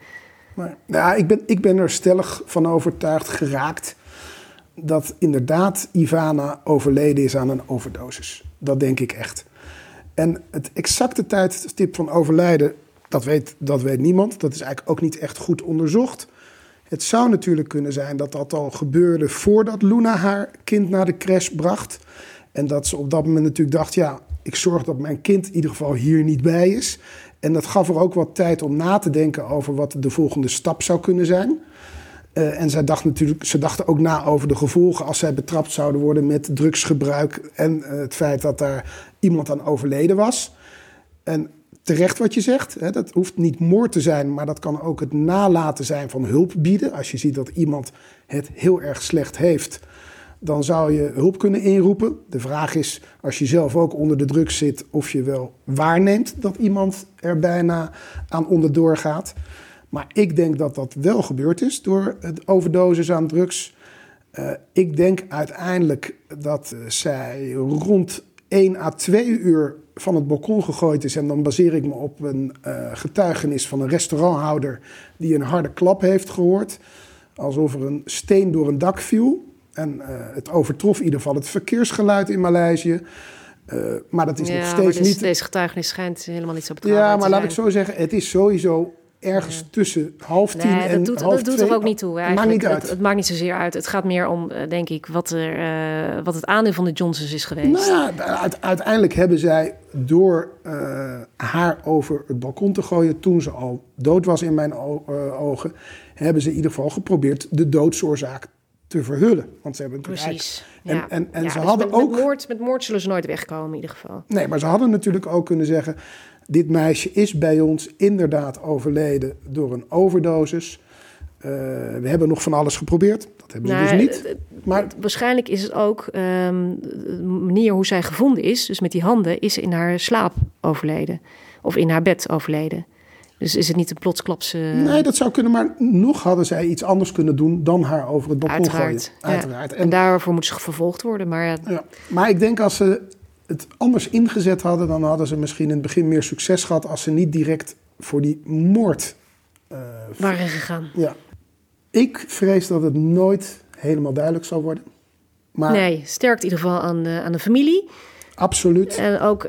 Ik ben er stellig van overtuigd geraakt dat inderdaad Ivana overleden is aan een overdosis. Dat denk ik echt. En het exacte tijdstip van overlijden, dat weet niemand. Dat is eigenlijk ook niet echt goed onderzocht. Het zou natuurlijk kunnen zijn dat dat al gebeurde voordat Luna haar kind naar de crash bracht. En dat ze op dat moment natuurlijk dacht, ik zorg dat mijn kind in ieder geval hier niet bij is. En dat gaf er ook wat tijd om na te denken over wat de volgende stap zou kunnen zijn. En ze dachten ook na over de gevolgen als zij betrapt zouden worden met drugsgebruik en het feit dat daar iemand aan overleden was. En terecht wat je zegt, dat hoeft niet moord te zijn, maar dat kan ook het nalaten zijn van hulp bieden. Als je ziet dat iemand het heel erg slecht heeft, dan zou je hulp kunnen inroepen. De vraag is, als je zelf ook onder de drugs zit, of je wel waarneemt dat iemand er bijna aan onderdoor gaat. Maar ik denk dat dat wel gebeurd is door het overdosis aan drugs. Ik denk uiteindelijk dat zij rond 1 à 2 uur van het balkon gegooid is. En dan baseer ik me op een getuigenis van een restauranthouder die een harde klap heeft gehoord. Alsof er een steen door een dak viel. En het overtrof in ieder geval het verkeersgeluid in Maleisië. Maar dat is nog steeds niet...
Deze getuigenis schijnt helemaal niet zo betrouwbaar te zijn.
Ja, maar laat ik zo zeggen, het is sowieso ergens tussen 9:30 en 2:30.
Dat doet er ook niet toe.
Het maakt niet uit.
Het maakt niet zozeer uit. Het gaat meer om, denk ik, wat het aandeel van de Johnsons is geweest.
Uiteindelijk hebben zij door haar over het balkon te gooien, toen ze al dood was in mijn ogen, hebben ze in ieder geval geprobeerd de doodsoorzaak te verhullen. Want ze hebben
precies.
En ze
dus
hadden ook...
Met moord zullen ze nooit wegkomen in ieder geval.
Nee, maar ze hadden natuurlijk ook kunnen zeggen, dit meisje is bij ons inderdaad overleden door een overdosis. We hebben nog van alles geprobeerd. Dat hebben ze dus niet. Maar
waarschijnlijk is het ook de manier hoe zij gevonden is. Dus met die handen is ze in haar slaap overleden. Of in haar bed overleden. Dus is het niet een plotsklaps...
Nee, dat zou kunnen. Maar nog hadden zij iets anders kunnen doen dan haar over het balkon gooien.
Uiteraard. En daarvoor moeten ze vervolgd worden. Maar,
maar ik denk als ze het anders ingezet hadden, dan hadden ze misschien in het begin meer succes gehad als ze niet direct voor die moord
waren gegaan.
Ja. Ik vrees dat het nooit helemaal duidelijk zal worden. Maar
nee, sterkt in ieder geval aan de familie.
Absoluut.
En ook,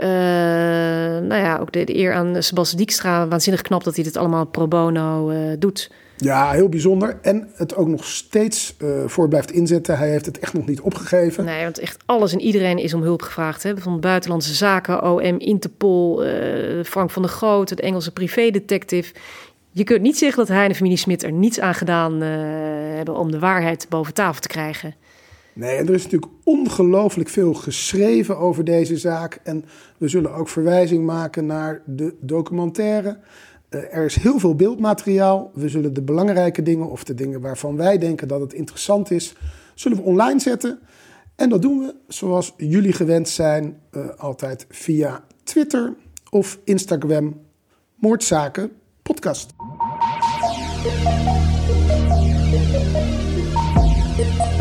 ook de eer aan Sebastiaan Dijkstra. Waanzinnig knap dat hij dit allemaal pro bono doet.
Ja, heel bijzonder. En het ook nog steeds voor blijft inzetten. Hij heeft het echt nog niet opgegeven.
Nee, want echt alles en iedereen is om hulp gevraagd. Hè? Van Buitenlandse Zaken, OM, Interpol, Frank van der Goot, het Engelse privédetective. Je kunt niet zeggen dat hij en de familie Smit er niets aan gedaan hebben om de waarheid boven tafel te krijgen.
Nee, en er is natuurlijk ongelooflijk veel geschreven over deze zaak. En we zullen ook verwijzing maken naar de documentaire. Er is heel veel beeldmateriaal. We zullen de belangrijke dingen of de dingen waarvan wij denken dat het interessant is, zullen we online zetten. En dat doen we, zoals jullie gewend zijn, altijd via Twitter of Instagram. Moordzaken podcast.